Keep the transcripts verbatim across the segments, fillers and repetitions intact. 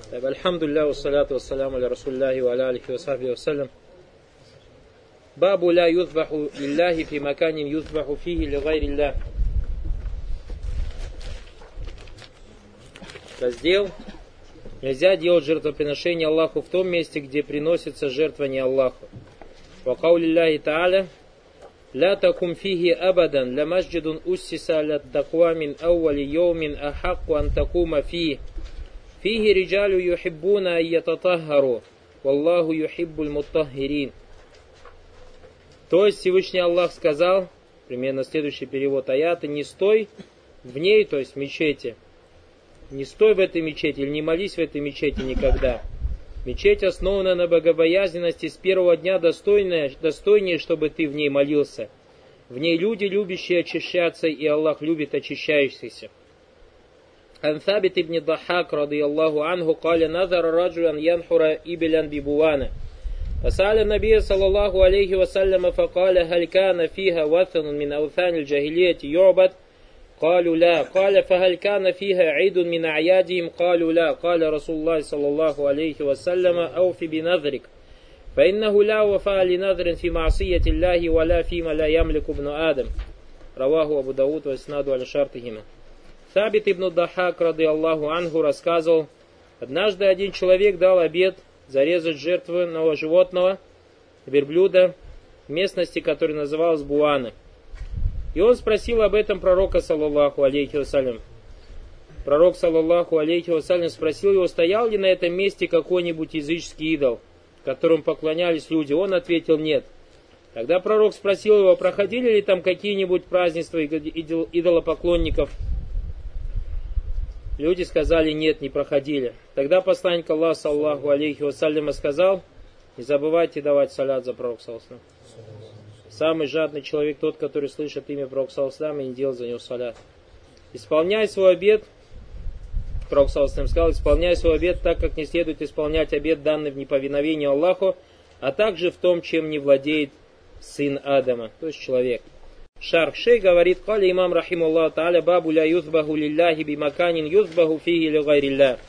Альхамдулилля, вассаляту вассаляму аля расулляхи ва аля алихи ва сахбихи вассалям. Бабу ля юзбаху лилляхи фи маканин юзбаху фихи ли гайрилля. Раздел. Нельзя делать жертвоприношение Аллаху в том месте, где приносится жертва не Аллаху. Ва каулилляхи та'аля لا تقم فيه أبدا لمسجد أسس على التقوى من أول يوم أحق أن تقوم فيه فيه رجال يحبون أن يتطهروا والله يحب المطهرين. То есть Всевышний Аллах сказал, примерно следующий перевод аята: не стой в ней, то есть в мечети, не стой в этой мечети или не молись в этой мечети никогда. Мечеть основана на богобоязненности, с первого дня достойнее, достойнее, чтобы ты в ней молился. В ней люди, любящие очищаться, и Аллах любит очищающихся. Ан Сабит ибн Дахак, ради Аллаху анху, каля назар раджулян янхура ибелян бибуана. Фасаля набия, саллаллаху алейхи вассаляма, факаля халькана фиха ватанун мин аутани джахилияти ю'бад. قالوا لا قال فهل كان فيها عيد من أعيادهم قالوا لا قال رسول الله صلى الله عليه وسلم أوف بنذرك فإنه لا وفاء لنذر في معصية الله ولا فيما لا يملك ابن آدم. رواه أبو داود وإسناду على шартихима. Сабит ибн Дахак, ради Аллаху анху, рассказывал: однажды один человек дал обет зарезать жертвенного животного, верблюда, в местности, которая называлась Буана. И он спросил об этом пророка, саллаллаху алейхи вассалям. Пророк, саллаллаху алейхи вассалям, спросил его, стоял ли на этом месте какой-нибудь языческий идол, которым поклонялись люди. Он ответил: нет. Тогда пророк спросил его, проходили ли там какие-нибудь празднества идолопоклонников. Люди сказали: нет, не проходили. Тогда посланник Аллаха, саллаллаху алейхи вассалям, сказал: не забывайте давать салят за пророка, саллаллаху алейхи вассалям. Самый жадный человек тот, который слышит имя пророка, саллаллаху алейхи вассалям, и не делает за него салят. Исполняй свой обет, пророк, саллаллаху алейхи вассалям, сказал: исполняй свой обет так, как не следует исполнять обет, данный в неповиновении Аллаху, а также в том, чем не владеет сын Адама, то есть человек. Шарх Шей говорит: «Кали имам рахимуллаху та'аля бабу ля юзбаху лилляхи бимаканин юзбаху фихи ли гайрилля».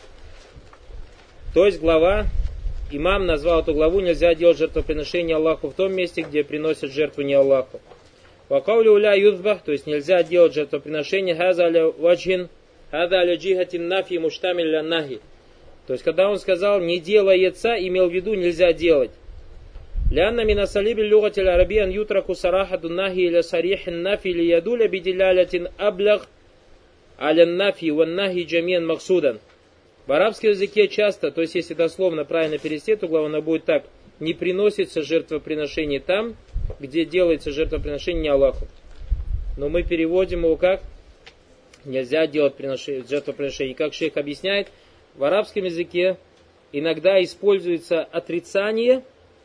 То есть глава, имам назвал эту главу: нельзя делать жертвоприношение Аллаху в том месте, где приносят жертву не Аллаху. Вакаулю ля юзбах, то есть нельзя делать жертвоприношение хаза аля ваджин, хаза аля джихатин нафи муштамиль ля нахи. То есть когда он сказал не делается, имел в виду нельзя делать. Лянна мина салиби люгати арабиян ютраку сарахаду нахи или сарихин нафи или ядуля бидилялятин аблях аля нафи ван нахи джамиан максудан. В арабском языке часто, то есть если дословно правильно перевести эту главу, она будет так: не приносится жертвоприношение там, где делается жертвоприношение не Аллаху. Но мы переводим его как: нельзя делать жертвоприношение. Как шейх объясняет, в арабском языке иногда используется отрицание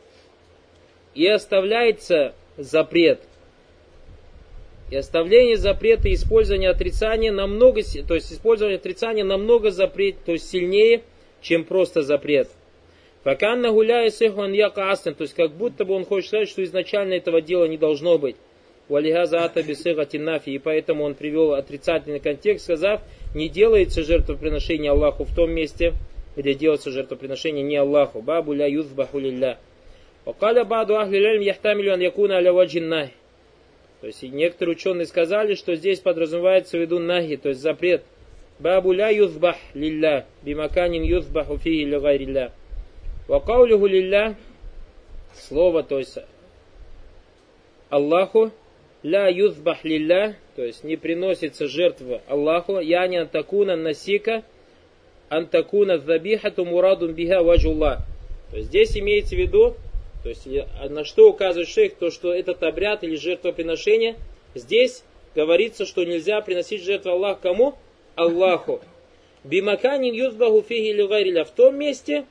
и оставляется запрет. И оставление запрета и использование отрицания намного, то есть использование отрицания намного запрет, то есть сильнее, чем просто запрет. Факанна гуляя сехуан яка аслен, то есть как будто бы он хочет сказать, что изначально этого дела не должно быть. Валихаза ата бисыгатин нафи, и поэтому он привел отрицательный контекст, сказав: не делается жертвоприношение Аллаху в том месте, где делается жертвоприношение не Аллаху. Бабу ля юзбаху лилля. Вакаля баду ахли ляльм яхтамилю ан якуна аля ваджин нахи. То есть некоторые ученые сказали, что здесь подразумевается в виду нахи, то есть запрет. Бабу ля юзбах лилля, бимаканин юзбаху фихи ли гайрилля. Вакаулюху лилля, слово, то есть Аллаху, ля юзбах лилля, то есть не приносится жертва Аллаху, яни антакуна насика, антакуна забихату мурадун биха ваджулла. То есть здесь имеется в виду, то есть на что указывает шейх, то что этот обряд или жертвоприношение, здесь говорится, что нельзя приносить жертву Аллаху кому? Аллаху. Бимаканин юзбаху фихи ли гайрилля. В том месте,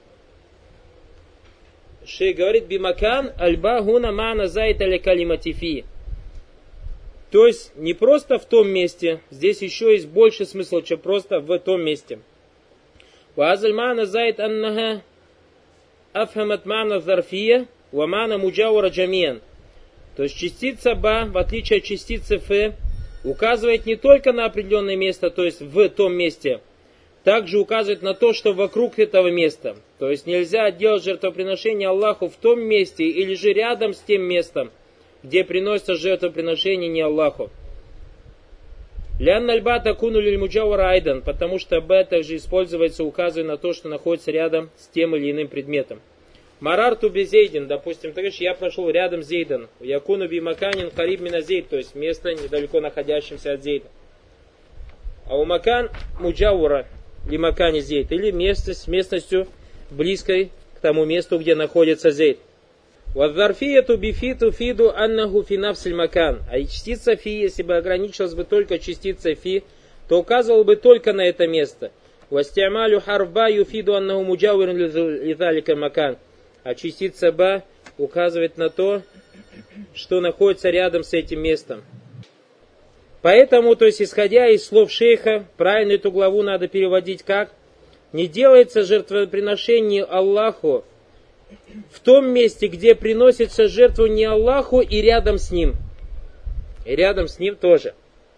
шейх говорит, бимакан альба гуна мана зайта ли калиматифи. То есть не просто в том месте, здесь еще есть больше смысла, чем просто в том месте. Вазаль мана зайт аннаха афхамат мана зарфия ва мана муджаура джамиан. То есть частица ба, в отличие от частицы ф, указывает не только на определенное место, то есть в том месте, также указывает на то, что вокруг этого места. То есть нельзя делать жертвоприношение Аллаху в том месте или же рядом с тем местом, где приносится жертвоприношение не Аллаху. Лян альба такуну лиль муджавара айдан, потому что б также используется, указывая на то, что находится рядом с тем или иным предметом. Марарту би зейдин, допустим, ты говоришь, я прошел рядом с зейдан. Якуну би маканин хариб мина зейд, то есть место недалеко находящимся от зейда. А у макан муджавара ли макани зейд, или место с местностью близкой к тому месту, где находится зейд. Вазарфияту бифиту фиду аннаху фи нафсиль макан. А и частица фи, если бы ограничилась бы только частицей фи, то указывал бы только на это место. Вастиамалю харфба юфиду аннаху муджавирун лизалика макан. А частица ба указывает на то, что находится рядом с этим местом. Поэтому, то есть, исходя из слов шейха, правильно эту главу надо переводить как? Не делается жертвоприношение Аллаху в том месте, где приносится жертву не Аллаху, и рядом с ним. И рядом с ним тоже.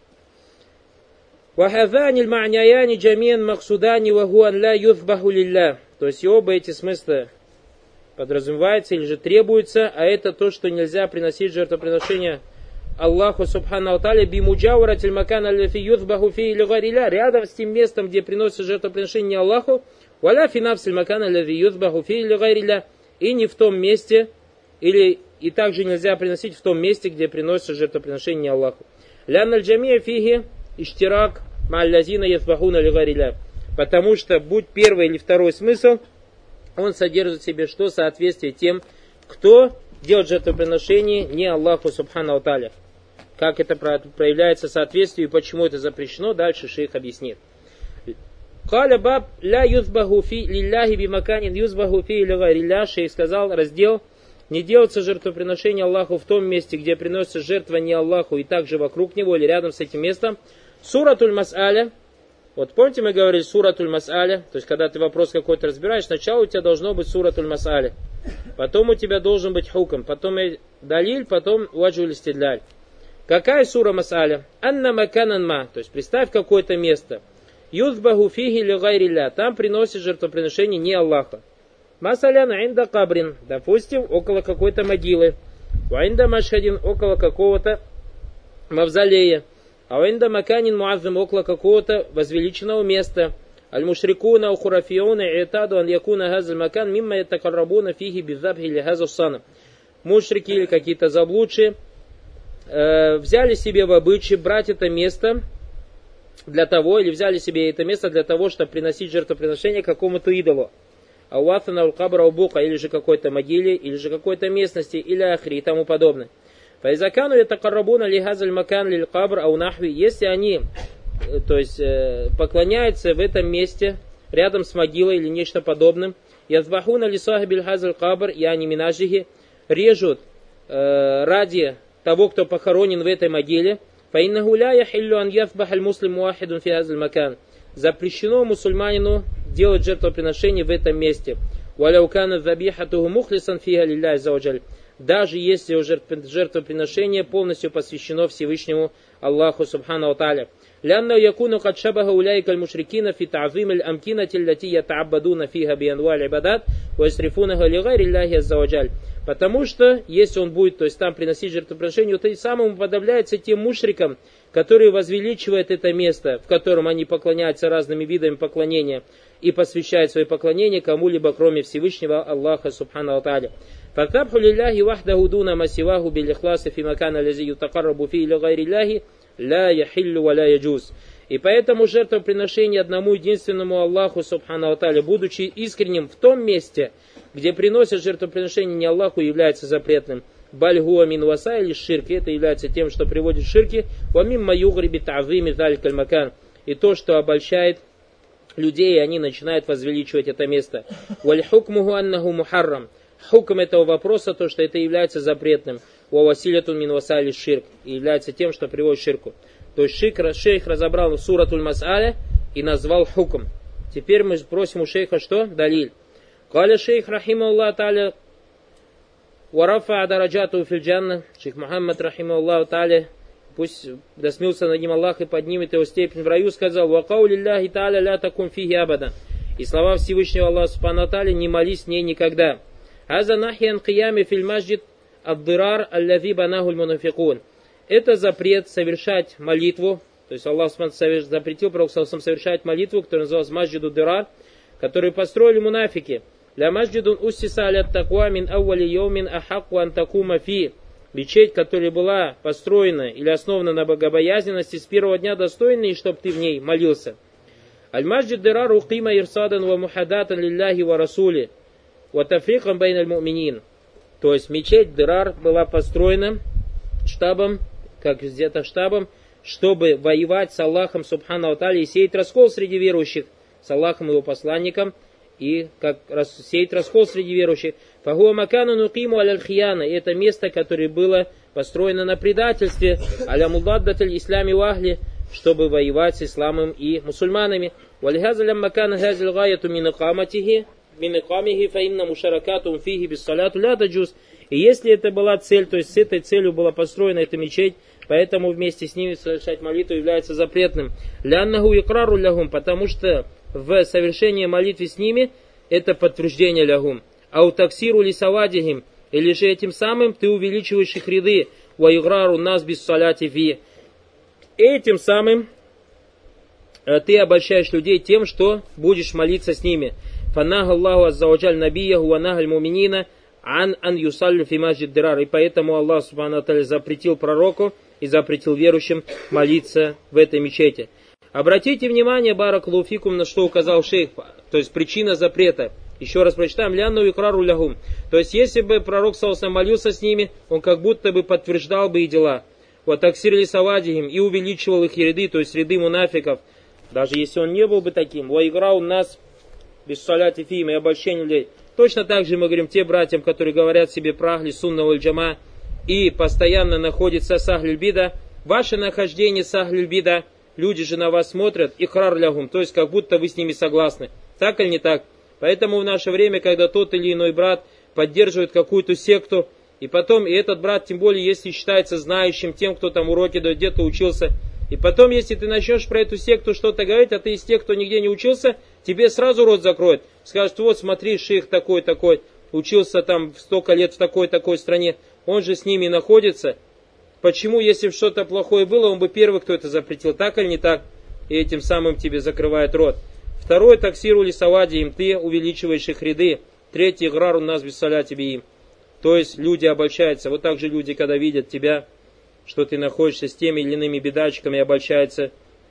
وَهَذَانِ الْمَعْنَيَانِ جَمِيعًا مَقْصُدَانِ وَهُوَ أَنْ لَا يُذْبَحُ لِلَّهِ. То есть, и оба эти смысла подразумеваются или же требуются, а это то, что нельзя приносить жертвоприношение Аллаху Субхану Тааля би муджаваратиль макан аллафи юзбаху фи или гариля, рядом с тем местом, где приносится жертвоприношение не Аллаху, валя фи нафсиль макан аллафи юзбаху фи или гариля, и не в том месте, или и также нельзя приносить в том месте, где приносится жертвоприношение не Аллаху. Лянналь джамия фиги иштирак ма'аллазина юзбахуна ли гариля, потому что, будь первый или второй смысл, он содержит в себе что? Соответствие тем, кто делает жертвоприношение не Аллаху Субхану Тааля. Как это проявляется соответствие и почему это запрещено, дальше шейх объяснит. Каля баб ля юзбаху фи лилляхи бимаканин юзбаху фи или гайрилля. Шейх сказал, раздел, не делается жертвоприношение Аллаху в том месте, где приносится жертва не Аллаху, и также вокруг него или рядом с этим местом. Суратуль мас'аля. Вот помните, мы говорили суратуль мас'аля, то есть когда ты вопрос какой-то разбираешь, сначала у тебя должно быть суратуль мас'аля, потом у тебя должен быть хукам, потом далиль, потом ваджуль истидляль. Какая сура мас'аля? Анна маканан ма, то есть представь какое-то место. Юзбаху фиги ли гайрилля, там приносит жертвоприношение не Аллаха. Масалян инда кабрин, допустим, около какой-то могилы. Ваинда машхадин, около какого-то мавзолея. А ваинда маканин муаззам, около какого-то возвеличенного места. Аль-мушрикуна у хурафиона и'таду ан якуна газаль макан мимма ятакаррабуна фиги бидзабхи ли газу сана. Мушрики или какие-то заблудшие э, взяли себе в обычай брать это место для того, или взяли себе это место для того, чтобы приносить жертвоприношение какому-то идолу. Ауатана аль-кабра убука, или же какой-то могиле, или же какой-то местности, или ахри и тому подобное. Файзакану ятакаррабуна ли газаль макан ли кабр ау нахви, если они, то есть, поклоняются в этом месте, рядом с могилой или нечто подобным, язбахуна ли сахибиль газаль кабр, яни минажихи, режут э, ради того, кто похоронен в этой могиле, фаиннаху ля яхиллю ан язбахаль муслим муахидун фи газаль макан. Запрещено мусульманину делать жертвоприношение в этом месте. Валяукана забихатуху мухлисан фига лилляхи аззаваджаль. Даже если жертвоприношение полностью посвящено Всевышнему Аллаху Субхану Тааля. Лянна якуну кад шабаха уляйка аль-мушрикина фи та'зим аль-амкинати аллати ята'аббадуна фига бианваль ибадат ва ясрифунаха ли гайриллахи аззаваджаль. Потому что, если он будет, то есть там приносить жертвоприношение, то и самым уподобляется тем мушрикам, которые возвеличивают это место, в котором они поклоняются разными видами поклонения и посвящают свои поклонения кому-либо, кроме Всевышнего Аллаха Субхану Тааля. Фатабху лилляхи вахдаху дуна масиваху бил ихласи фи макана лази ютакаррабу фи или гайриллахи ля яхиллю ва ля яджуз. И поэтому жертвоприношение одному единственному Аллаху Субхану Тааля, будучи искренним в том месте, где приносят жертвоприношение не Аллаху, является запретным. Бальгуа мин васа или ширки, это является тем, что приводит к ширки, вамим маюгриби та'зими заликаль макан, и то, что обольщает людей, и они начинают возвеличивать это место. Валь хукмуху аннаху мухаррам. Хукм этого вопроса, то, что это является запретным. Ва василятун мин васа или ширк, и является тем, что приводит к ширку. То есть шейх, шейх разобрал суратуль мас'аля и назвал хукм. Теперь мы просим у шейха что? Далиль. Каля шейх рахимахуллах тааля варафа дараджату фил джанна. Шейх Мухаммад рахимахуллах тааля пусть досмился над ним Аллах и поднимет его степень в раю, сказал: «Ва каулилляхи та'аля ля такун фихи абада». И слова Всевышнего Аллаха субхану тааля: «Не молись в ней никогда». «Аза нахьян киями филь маджид ад-дырар аллази банахуль мунафикун». Это запрет совершать молитву, то есть Аллах запретил пророку совершать молитву, которая называлась маджиду дырар, которую построили мунафики. «Ля маджидун уссиса аля таква мин аували йомин ахакку ан такума фи». Мечеть, которая была построена или основана на богобоязненности, с первого дня достойна, и чтоб ты в ней молился. «Аль-маджид дырар уқима ирсадан ва мухадатан лилляхи ва расули ва тафрикан байн аль-муминин». То есть мечеть дырар была построена штабом, как где-то штабом, чтобы воевать с Аллахом субхану ва тааля и сеять раскол среди верующих, с Аллахом и его посланником, и как сеять раскол среди верующих. «Фагуа макану нуқиму аль-хияна». Это место, которое было построено на предательстве, аля мудаддаталь ислами вахли, чтобы воевать с исламом и мусульманами. «Валихазалям макана хазил гаяту мин икаматихи, мин икамихи фаинна мушаракатум фихи биссаляту ля таджуз». И если это была цель, то есть с этой целью была построена эта мечеть, поэтому вместе с ними совершать молитву является запретным. «Ляннаху икрару лягум», потому что в совершении молитвы с ними это подтверждение лягум. «Ау таксиру лисавадихим», или же этим самым ты увеличиваешь их ряды. «Ва играру нас без саляти фи». Этим самым ты обольщаешь людей тем, что будешь молиться с ними. «Фанага Аллаху аззаваджаль набияху ва нагаль муминина ан ан юсаллю фи маджид дирар». И поэтому Аллах субхану тааля запретил пророку и запретил верующим молиться в этой мечети. Обратите внимание, баракаллаху фикум, на что указал шейх, то есть причина запрета. Еще раз прочитаем: «Лянну икрару лягум». То есть, если бы пророк саллаллаху молился с ними, он как будто бы подтверждал бы и дела. «Ва таксирли савадихим», и увеличивал их ряды, то есть ряды мунафиков, даже если он не был бы таким. «Ва играу нас без саляти фим», и обольщение людей. Точно так же мы говорим те братьям, которые говорят себе про ахли сунна валь джама и постоянно находятся с ахлюль бида. Ваше нахождение с ахлюль бида, люди же на вас смотрят, икрар лягум, то есть как будто вы с ними согласны. Так или не так? Поэтому в наше время, когда тот или иной брат поддерживает какую-то секту, и потом, и этот брат, тем более, если считается знающим тем, кто там уроки дает, где-то учился, и потом, если ты начнешь про эту секту что-то говорить, а ты из тех, кто нигде не учился, тебе сразу рот закроют. Скажут: вот смотри, шейх такой-такой, учился там столько лет в такой-такой стране, он же с ними находится. Почему, если что-то плохое было, он бы первый, кто это запретил, так или не так? И этим самым тебе закрывает рот. Второй: таксиру лисавади им, ты увеличиваешь их ряды. Третий: грару нас без соляти им. То есть люди обольщаются. Вот так же люди, когда видят тебя, что ты находишься с теми или иными бедачками, обольщаются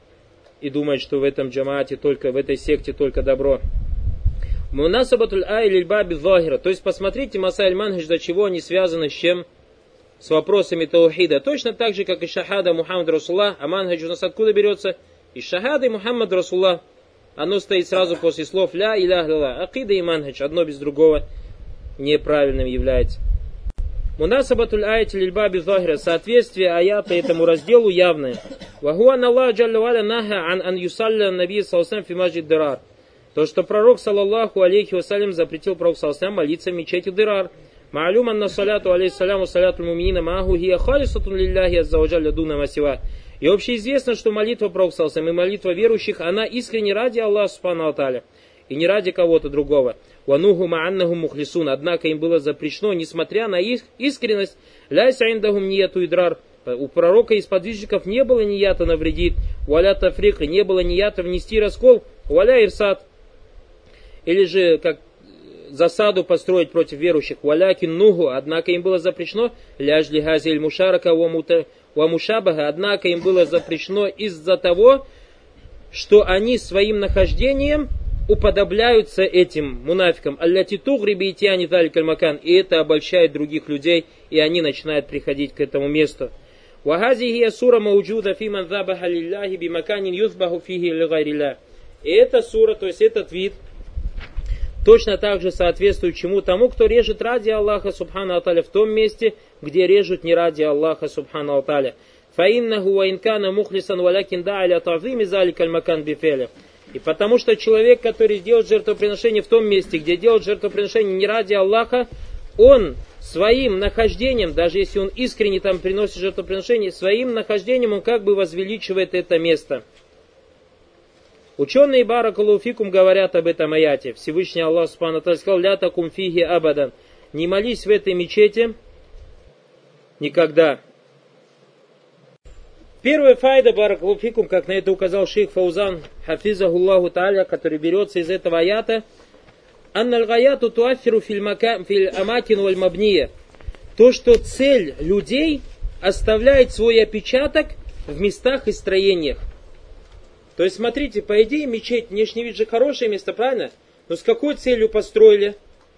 и думают, что в этом джамаате только, в этой секте только добро. Мунасабатуль ай лильба бидзахира. То есть посмотрите, масайль манхидж, до чего они связаны с чем? С вопросами таухида. Точно так же, как и шахада Мухаммад Расуллах. А манхидж у нас откуда берется? Из шахады Мухаммад Расуллах. Оно стоит сразу после слов ля илях илля. Акида и манхидж, одно без другого неправильным является. Мунасабатуль айти лильба бидзахира. Соответствие аята этому разделу явное. Вахуа Аллах джалля валя наха ан ан юсалля наби саллаллаху фи маджид дирар. То, что пророк саллаллаху алейхи вассалям запретил пророку саллаллаху молиться в мечети дирар. Ма'алюм анна саляту алейхиссаляму саляту муминина маагу хия халисатун лилляхи аззаваджалля дуна масива. И общеизвестно, что молитва пророка саллаллаху и молитва верующих, она искренне ради Аллаха субхану ва тааля, и не ради кого-то другого. Вануху ма'аннаху мухлисун. Однако им было запрещено, несмотря на их искренность, ляйса индахум нияту идрар. У пророка и сподвижников не было нията навредить, валя тафрика, не было нията внести раскол, валя ирсад, или же как засаду построить против верующих, валякин нугу, однако им было запрещено, ляжли газель мушарака ва мушабага, однако им было запрещено из-за того, что они своим нахождением уподобляются этим мунафикам, алляти тугриби и тиани таликаль макан, и это обольщает других людей, и они начинают приходить к этому месту. Вахазихия сура мауджуда фиман забаха лилляхи бимаканин юзбаху фихи лигайрилля. И эта сура, то есть этот вид, точно так же соответствует чему? Тому, кто режет ради Аллаха субхану ва тааля в том месте, где режут не ради Аллаха субхану ва тааля. Фаиннаху ва инкана мухлисан валякин дааля тазими заликаль макан бифеля. И потому что человек, который делает жертвоприношение в том месте, где делает жертвоприношение не ради Аллаха, он своим нахождением, даже если он искренне там приносит жертвоприношение, своим нахождением он как бы возвеличивает это место. Ученые баракаллаху фикум говорят об этом аяте. Всевышний Аллах субхану ва тааля сказал: «Ля такум фиги абадан». Не молись в этой мечети никогда. Первая файда баракаллаху фикум, как на это указал шейх Фаузан хафизахуллаху тааля, который берется из этого аята, анналь гаяту туаффиру филь амакин валь мабния. То, что цель людей оставляет свой отпечаток в местах и строениях. То есть, смотрите, по идее, мечеть, внешний вид же хорошее место, правильно? Но с какой целью построили?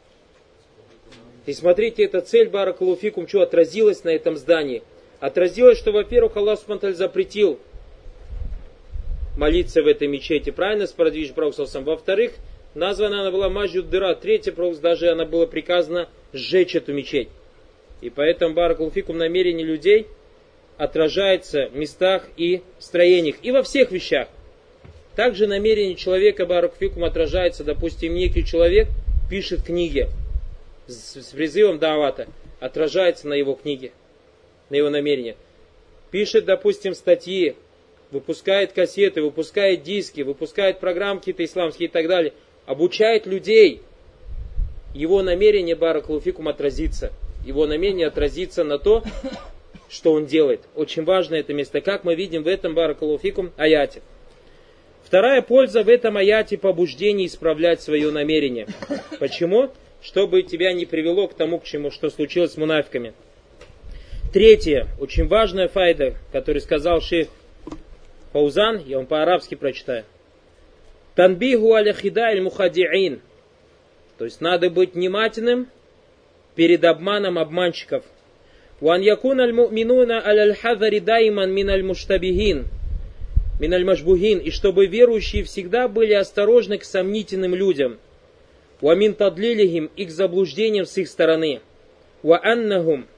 И смотрите, эта цель, баракаллаху фикум, что отразилась на этом здании? Отразилось, что, во-первых, Аллах субхану ва тааля запретил молиться в этой мечети, правильно, с продвижением Пророка. Во-вторых, названа она была Маджуд Дыра. Третье, даже она было приказано сжечь эту мечеть. И поэтому, баракаллаху фикум, намерение людей отражается в местах и строениях, и во всех вещах. Также намерение человека, баракаллаху фикум, отражается, допустим, некий человек пишет книги с, с призывом давата, отражается на его книге, на его намерение. Пишет, допустим, статьи, выпускает кассеты, выпускает диски, выпускает программы какие-то исламские и так далее, обучает людей. Его намерение, баракаллаху фикум, отразится. Его намерение отразится на то, что он делает. Очень важно это место, как мы видим в этом, баракаллаху фикум, аяте. Вторая польза в этом аяте — побуждение исправлять свое намерение. Почему? Чтобы тебя не привело к тому, к чему, что случилось с мунафиками. Третье, очень важная файда, которую сказал шейх Фаузан, я вам по-арабски прочитаю. Танбиху аля хида иль мухадиин. То есть надо быть внимательным перед обманом обманщиков. Ван якун аль му'минуна аль хазари дайман мин аль муштабихин. Мин аль машбухин. И чтобы верующие всегда были осторожны к сомнительным людям. Ва мин тадлилихим, и к заблуждениям с их стороны. Ва аннахум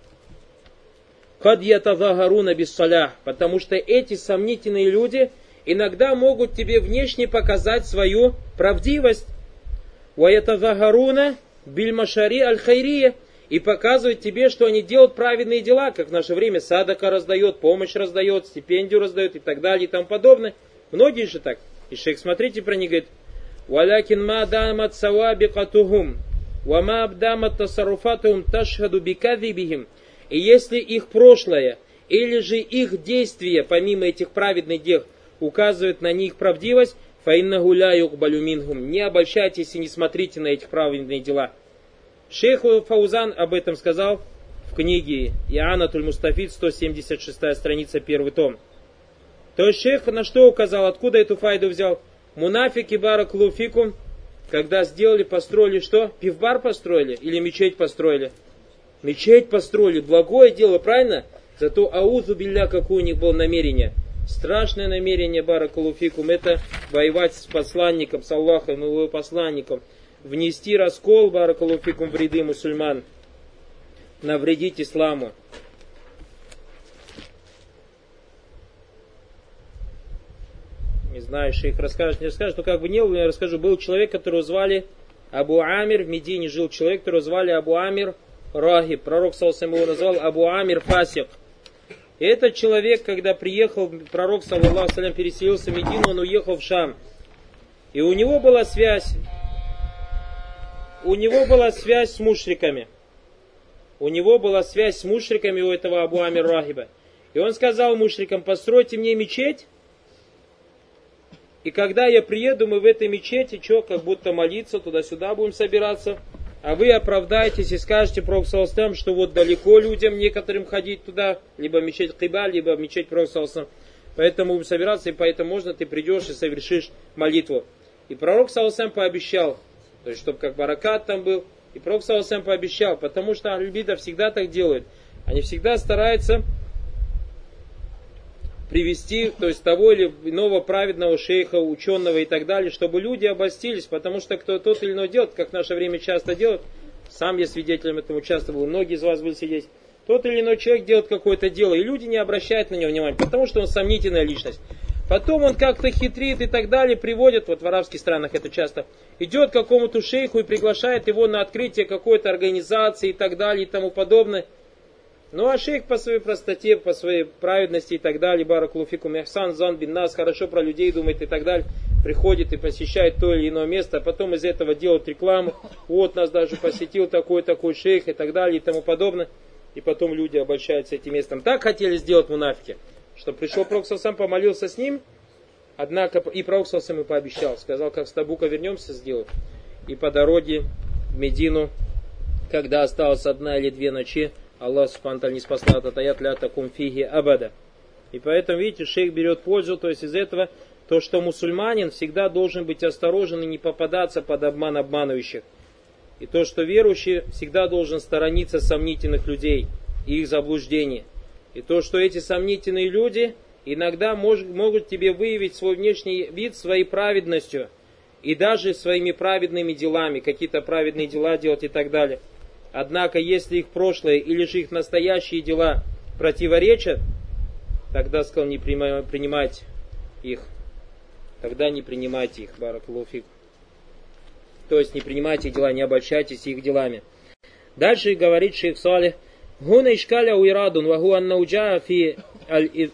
кад ятазагаруна биссалях. Потому что эти сомнительные люди иногда могут тебе внешне показать свою правдивость. Ва ятазагаруна биль машари аль хайрия. И показывать тебе, что они делают праведные дела, как в наше время садака раздает, помощь раздает, стипендию раздает и так далее и тому подобное. Многие же так. И шейх, смотрите, про них говорит: «Валякин ма дамат савабикатухум, ва ма абдамат тасаруфатухум ташхаду бикадибихим». И если их прошлое, или же их действия, помимо этих праведных дел, указывают на них правдивость, фаиннаху ля юкбалю минхум. Не обольщайтесь и не смотрите на этих праведные дела. Шейх Фаузан об этом сказал в книге Ианатуль Мустафид, сто семьдесят шестая страница, первый том. То есть шейх на что указал, откуда эту файду взял? Мунафики, баракаллаху фикум, когда сделали, построили что? Пивбар построили или мечеть построили? Мечеть построили, благое дело, правильно? Зато аузу билля, какое у них было намерение. Страшное намерение, баракаллаху фикум, это воевать с посланником, с Аллахом, его посланником. Внести раскол, баракаллаху фикум, в ряды мусульман, навредить исламу. Не знаю, шейх расскажет, не расскажет, но как бы не было, я расскажу. Был человек, которого звали Абу Амир, в Медине жил человек, которого звали Абу Амир Рахиб. Пророк саллаллаху алейхи ва саллям его назвал Абу Амир Фасик. И этот человек, когда приехал, пророк саллаллаху алейхи ва саллям переселился в Медину, он уехал в Шам. И у него была связь У него была связь с мушриками. У него была связь с мушриками у этого Абу Амир Рахиба. И он сказал мушрикам: постройте мне мечеть. И когда я приеду, мы в этой мечети, что, как будто молиться, туда-сюда будем собираться. А вы оправдаетесь и скажете Пророку саллаллаху алейхи ва саллям, что вот далеко людям некоторым ходить туда, либо мечеть Киба, либо мечеть Пророка саллаллаху алейхи ва саллям. Поэтому будем собираться, и поэтому можно, ты придешь и совершишь молитву. И Пророк саллаллаху алейхи ва саллям пообещал, то есть, чтобы как баракат там был. И Пророк саллаллаху алейхи ва саллям пообещал, потому что ахль-бида всегда так делают. Они всегда стараются привести, то есть, того или иного праведного шейха, ученого и так далее, чтобы люди обольстились, потому что кто тот или иной делает, как в наше время часто делают, сам я свидетелем этому часто был, многие из вас были сидеть, тот или иной человек делает какое-то дело, и люди не обращают на него внимания, потому что он сомнительная личность. Потом он как-то хитрит и так далее, приводит, вот в арабских странах это часто, идет к какому-то шейху и приглашает его на открытие какой-то организации и так далее и тому подобное. Ну а шейх по своей простоте, по своей праведности и так далее, баракулуфикум ихсан зан бин нас, хорошо про людей думает и так далее, приходит и посещает то или иное место, а потом из этого делает рекламу, вот нас даже посетил такой-такой шейх и так далее и тому подобное. И потом люди обольщаются этим местом. Так хотели сделать мунафики. Что пришел Пророк сам, помолился с ним, однако и Пророк сам и пообещал, сказал, как с Табука вернемся, сделать. И по дороге в Медину, когда осталась одна или две ночи, Аллах субхану ва тааля не спасла от аят ля такум фиги абада. И поэтому, видите, шейх берет пользу, то есть из этого, то, что мусульманин всегда должен быть осторожен и не попадаться под обман обманывающих. И то, что верующий всегда должен сторониться сомнительных людей и их заблуждений. И то, что эти сомнительные люди иногда мож, могут тебе выявить свой внешний вид своей праведностью и даже своими праведными делами, какие-то праведные дела делать и так далее. Однако, если их прошлое или же их настоящие дела противоречат, тогда, сказал, не принимать их. Тогда не принимайте их, баракаллаху фикум. То есть не принимайте дела, не обольщайтесь их делами. Дальше говорит шейх Салих, Гуна ишкаля уирадун, ваху аннауджа фи аль-ид.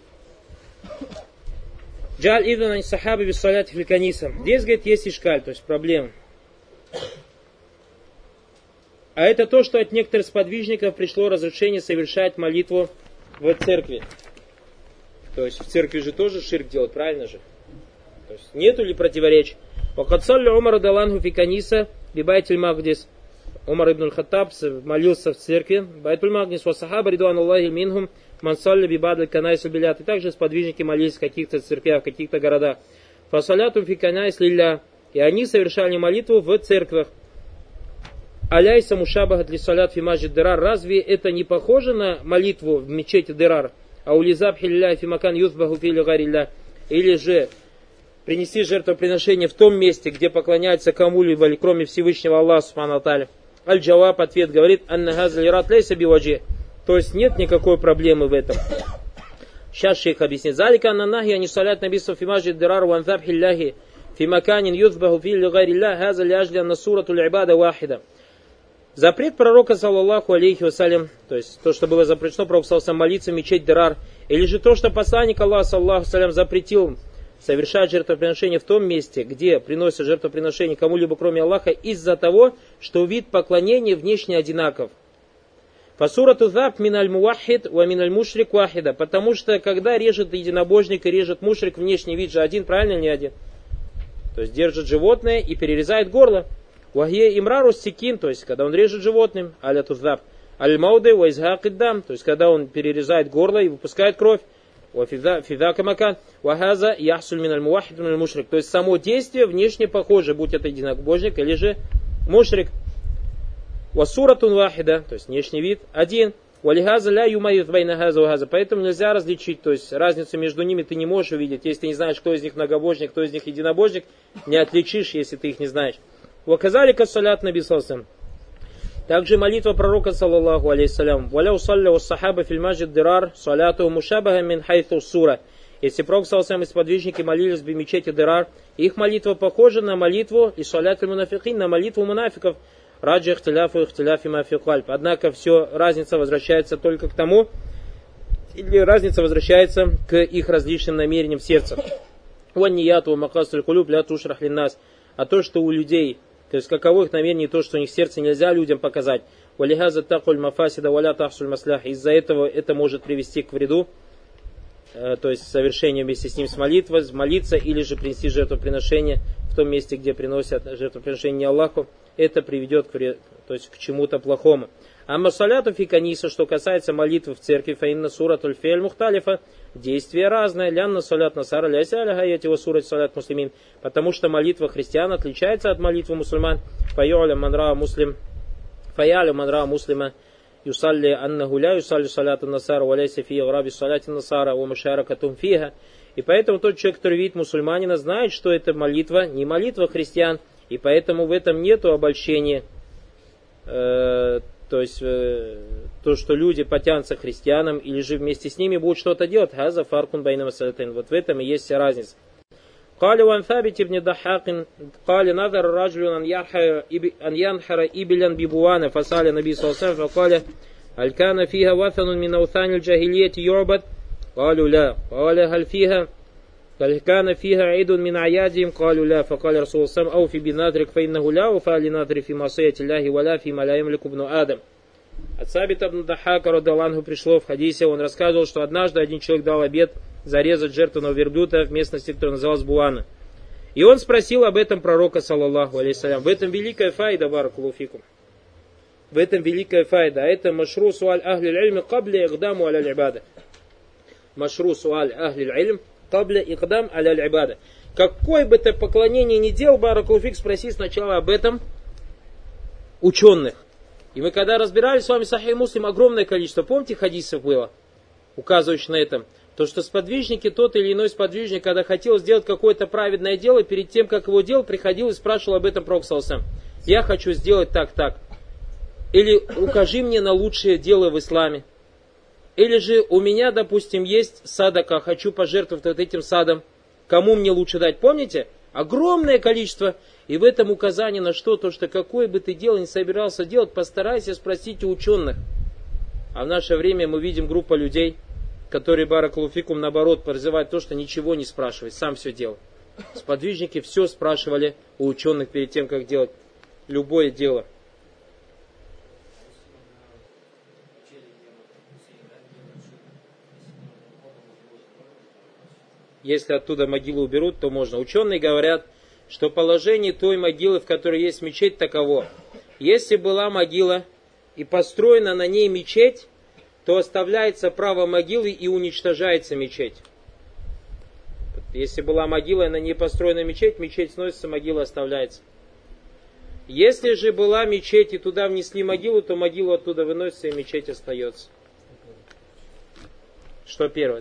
Джаль идана сахаби без саляти фильканиса. Здесь, говорит, есть ишкаль, то есть проблема. А это то, что от некоторых сподвижников пришло разрешение совершать молитву в церкви. То есть в церкви же тоже ширк делать, правильно же? То есть нету ли противоречий? Вакатсалли Умар даланху фи каниса бибайтиль магдис. Умар ибн аль-Хаттаб молился в церкви. Байтуль магдис ва сахаба ридуан Аллахи минхум мансалли бибадль канайс билят. И также сподвижники молились в каких-то церквях, в каких-то городах. Фасаляту фи канайс лилля. И они совершали молитву в церквях. Аляйса мушабахат ли салят фи маджид дирар. Разве это не похоже на молитву в мечети Дирар? А улизаб хилля фи макан юзбаху фи лигарилля. Или же принести жертвоприношение в том месте, где поклоняются кому-либо, кроме Всевышнего Аллаха субхану ва тааля. Аль-Джаваб ответ говорит, анна газаль рат лейса биваджи. То есть нет никакой проблемы в этом. Сейчас шейх объяснит. Залика анна нахи ани салят набису фи маджид дирар ва анзаб хилляхи фи маканин юзбаху фи лигарилля газаль яжли анна сурату л'ибада вахида. Запрет пророка, саллаллаху алейхи вассалям, то есть то, что было запрещено, пророк саллаллаху молиться в мечеть Дирар, или же то, что посланник Аллаха, саллаллаху алейхи запретил совершать жертвоприношение в том месте, где приносят жертвоприношение кому-либо кроме Аллаха, из-за того, что вид поклонения внешне одинаков. Фасурату заб миналь муахид ва миналь мушрик вахида, потому что когда режет единобожник и режет мушрик, внешний вид же один, правильно или не один? То есть держит животное и перерезает горло. Вахье имрару сикин, то есть когда он режет животным, аля тузаб, аль-мауды ва изхакиддам, то есть когда он перерезает горло и выпускает кровь, фидака макан, вахаза яхсуль миналь муахид миналь мушрик, то есть само действие внешне похоже, будь это единобожник или же мушрик. Васуратун вахида, то есть внешний вид один, валихаза ля юмайид байна хаза вахаза, поэтому нельзя различить, то есть разницу между ними ты не можешь увидеть, если ты не знаешь, кто из них многобожник, кто из них единобожник, не отличишь, если ты их не знаешь. Ваказалика салят наби салсам. Также молитва пророка, саллаллаху алейхиссалям. Валя усалля ва сахаба филь маджид дирар саляту мушабаха мин хайθу сура. Если пророк, саллаллаху и сподвижники молились в мечети Дирар, их молитва похожа на молитву и салят аль-мунафикин, на молитву мунафиков. Раджи ихтиляфу ихтиляфи мафикальб. Однако все, разница возвращается только к тому, или разница возвращается к их различным намерениям в сердце. Ваннияту ва макасуль кулюб ля тушрах линнас. А то, что у людей, то есть каково их намерение, то, что у них в сердце нельзя людям показать. Валихаза такуль мафасида валя тахсуль маслях. Из-за этого это может привести к вреду, э, то есть совершение вместе с ним с молитвой, молиться или же принести жертвоприношение в том месте, где приносят жертвоприношение не Аллаху. Это приведет к, вред, то есть к чему-то плохому. А масаляту фиканиса, что касается молитвы в церкви, фаинна суратуль фиэль мухталифа, действие разное, лянна салят насара ляся аляхаяти ва сурат салят муслимин, потому что молитва христиан отличается от молитвы мусульман. Фаяля манра муслим, фаяля манра муслима, юсалли анна гуля юсалли салята насара, валяйся фи граби саляти насара, ва машаракатум фиха. И поэтому тот человек, который видит мусульманина, знает, что это молитва, не молитва христиан, и поэтому в этом нету обольщения. То то есть э, то, что люди потянутся к христианам, или же вместе с ними будут что-то делать. Хаза фаркун байна масалатайн. Вот в этом и есть вся разница. قال وعن ثابت بن ضحاك قال نظر رجل أن ينحر إبلا ببوانة فسأل النبي صلى الله عليه وسلم فقال هل كان فيها وثن من أوثان الجاهلية يعبد؟ قالوا لا. قال هل فيها هل كان فيها عيد من أعيادهم؟ قالوا لا. فقال رسول الله صلى الله عليه وسلم أوفي بنذرك فإنه لا وفاء لنذر في معصية الله ولا فيما لا يملك ابن آدم. От Сабита ибн Дахака радаллаху пришло в хадисе, он рассказывал, что однажды один человек дал обет зарезать жертвенного верблюда в местности, которая называлась Буана. И он спросил об этом пророка, саллаллаху алейхиссалям. В этом великая файда, баракаллаху фикум. В этом великая файда. А это машру суаль ахли аль-илм кабля игдаму аля аль-ибада. Машру суаль ахли аль-илм кабля игдам аля аль-ибада. Какое бы ты поклонение ни делал, баракаллаху фик, спроси сначала об этом ученых. И мы когда разбирали с вами Сахих Муслим, огромное количество, помните, хадисов было, указывающих на это, то, что сподвижники, тот или иной сподвижник, когда хотел сделать какое-то праведное дело, перед тем, как его делал, приходил и спрашивал об этом пророк саллаллаху алейхи ва саллям. Я хочу сделать так, так. Или укажи мне на лучшее дело в исламе. Или же у меня, допустим, есть садака, хочу пожертвовать вот этим садом. Кому мне лучше дать? Помните? Огромное количество. И в этом указание на что? То, что какое бы ты дело не собирался делать, постарайся спросить у ученых. А в наше время мы видим группу людей, которые, баракаллаху фикум, наоборот, призывают то, что ничего не спрашивать, сам все делал. Сподвижники все спрашивали у ученых перед тем, как делать любое дело. Если оттуда могилу уберут, то можно. Ученые говорят, что положение той могилы, в которой есть мечеть, таково. Если была могила и построена на ней мечеть, то оставляется право могилы и уничтожается мечеть. Если была могила и на ней построена мечеть, мечеть сносится, могила оставляется. Если же была мечеть и туда внесли могилу, то могилу оттуда выносится и мечеть остается. Что первое?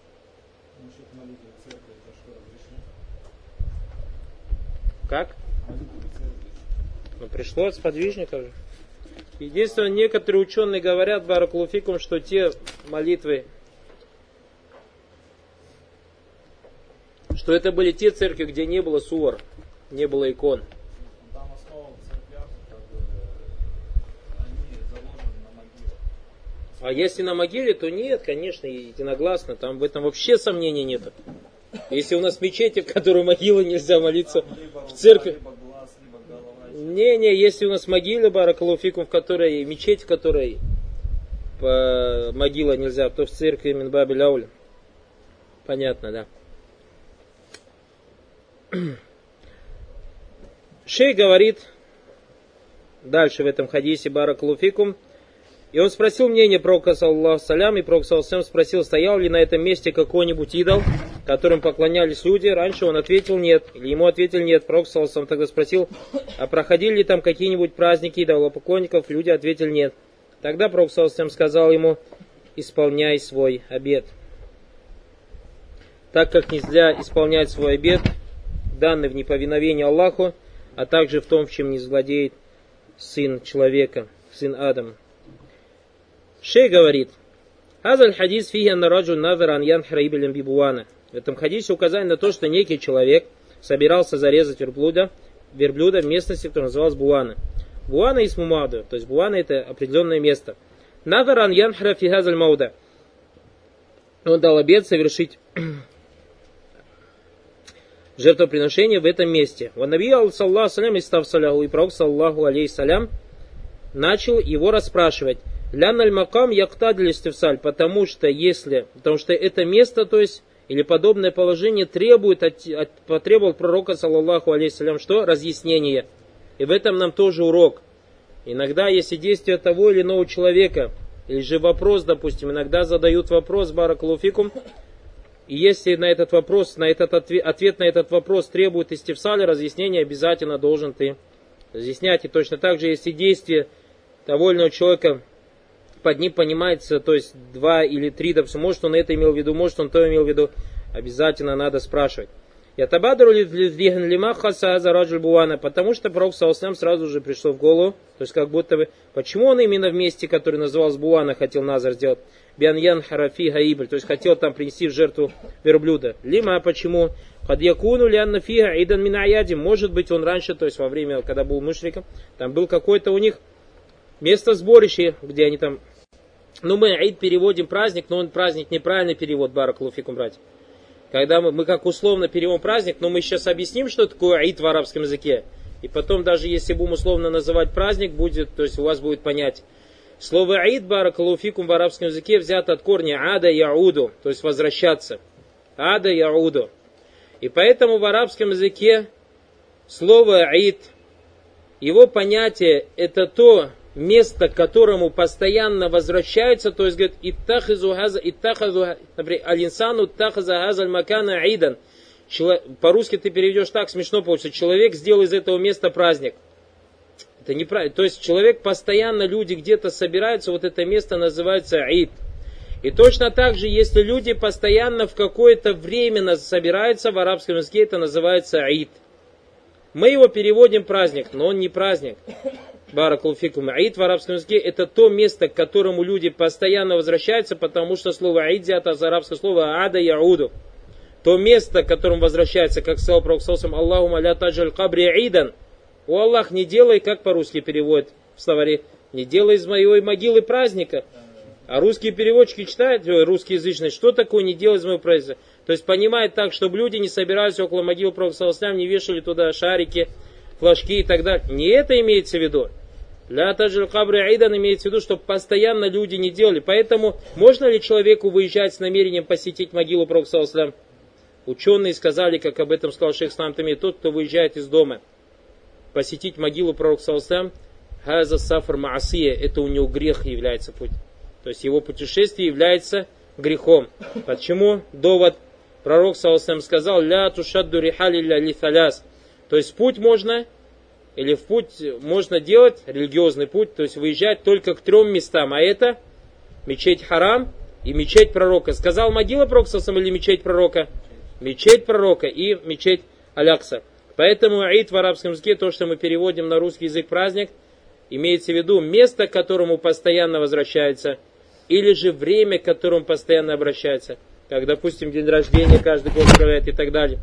Как? Ну, пришло от сподвижников же. Единственное, некоторые ученые говорят, баракаллаху фикум, что те молитвы, что это были те церкви, где не было сувар, не было икон. Там основа в церквях, как бы, они заложены на могилах. А если на могиле, то нет, конечно, единогласно, там в этом вообще сомнений нет. Если у нас мечети, в которой могилы нельзя молиться, в церкви... Не-не, если у нас могила, баракаллаху фикум, в которой, мечеть, в которой по, могила нельзя, то в церкви Минбаби Ляуля. Понятно, да. Шейх говорит, дальше в этом хадисе, баракаллаху фикум, и он спросил мнение пророка, саллаллаху салям, и пророк, саллаллаху салям, спросил, стоял ли на этом месте какой-нибудь идол, которым поклонялись люди. Раньше он ответил нет, или ему ответили нет. Пророк, саллаллаху салям, тогда спросил, а проходили ли там какие-нибудь праздники идолопоклонников? Люди ответили нет. Тогда пророк, саллаллаху салям, сказал ему, исполняй свой обет. Так как нельзя исполнять свой обет, данный в неповиновении Аллаху, а также в том, в чем не владеет сын человека, сын Адама. Шейх говорит, «Хазаль хадис фиги анна раджуль назар ан янхра ибилям бибуана». В этом хадисе указание на то, что некий человек собирался зарезать верблюда, верблюда в местности, которая называлась Буана. Буана из Мумаду, то есть Буана это определенное место. Назар ан янхра фи хазаль мауда. Он дал обет совершить жертвоприношение в этом месте. Ва наби саллаллаху салям истав саляху, и пророк саллаллаху алейхи салям начал его расспрашивать. Ляналь макам яктадль истифсаль, потому что если, потому что это место, то есть, или подобное положение требует, от, от, потребовал пророка, саллаллаху алейхи салям, что? Разъяснение. И в этом нам тоже урок. Иногда, если действие того или иного человека, или же вопрос, допустим, иногда задают вопрос, баракаллаху фикум, и если на этот вопрос, на этот ответ, ответ на этот вопрос требует истифсаля, разъяснение, обязательно должен ты разъяснять. И точно так же, если действие того или иного человека под ним понимается, то есть два или три, допустим, может он это имел в виду, может он то имел в виду, обязательно надо спрашивать. Ятабадру лима хаса зараджуль буана, потому что пророк саллаллаху сразу же пришло в голову, то есть как будто бы, почему он именно в месте, которое называлось Буана, хотел назар сделать, бианьян харафи гаибль, то есть хотел там принести в жертву верблюда. Лима, почему? Подьякуну лянна фига идан минаядим, может быть он раньше, то есть во время, когда был мушриком, там был какое-то у них место сборища, где они там, ну мы аид переводим праздник, но он праздник неправильный перевод, баракалуфикум, братья. Когда мы, мы как условно переводим праздник, но мы сейчас объясним, что такое аид в арабском языке. И потом, даже если будем условно называть праздник, будет, то есть у вас будет понять. Слово аид, баракалуфикум, в арабском языке взято от корня ада яуду, то есть возвращаться. Ада яуду. И поэтому в арабском языке слово аид, его понятие, это то место, к которому постоянно возвращаются, то есть, говорит, иттахазу газа, иттахазу, например, алинсану иттахаза газаль макана аидан. По-русски ты переведешь так, смешно получится. Человек сделал из этого места праздник. Это неправильно. То есть, человек постоянно, люди где-то собираются, вот это место называется аид. И точно так же, если люди постоянно в какое-то время собираются, в арабском языке это называется аид. Мы его переводим праздник, но он не праздник. Баракалуфикум. Аид в арабском языке это то место, к которому люди постоянно возвращаются, потому что слово аид взято из арабского слова ада яуду. То место, к которому возвращается, как сказал пророк саллаллаху алейхи ва саллям, Аллахума ля таджаль кабри аидан. О Аллах, не делай, как по-русски переводят в словаре, не делай из моей могилы праздника. А русские переводчики читают, русскоязычные, что такое не делай из моего праздника. То есть понимает так, чтобы люди не собирались около могилы пророка саллаллаху алейхи ва саллям, не вешали туда шарики, флажки и так далее. Не это имеется в виду. Ля таджаль кабри аидан имеется в виду, чтобы постоянно люди не делали. Поэтому можно ли человеку выезжать с намерением посетить могилу пророка саллаллаху алейхи ва саллям? Ученые сказали, как об этом сказал шейх ислам Тайми, тот, кто выезжает из дома, посетить могилу пророка саллаллаху алейхи ва саллям, хаза сафар маасия, это у него грех является путь. То есть его путешествие является грехом. Почему? Довод. Пророк саллаллаху алейхи ва саллям сказал, ля тушадду рихали ля литаляс. То есть путь можно, или в путь можно делать, религиозный путь, то есть выезжать только к трем местам, а это мечеть Харам и мечеть пророка. Сказал могила пророка саллаллаху алейхи ва саллям или мечеть пророка? Мечеть пророка и мечеть Алякса. Поэтому аид в арабском языке, то, что мы переводим на русский язык праздник, имеется в виду место, к которому постоянно возвращается, или же время, к которому постоянно обращается. Как, допустим, день рождения каждый год справляет и так далее.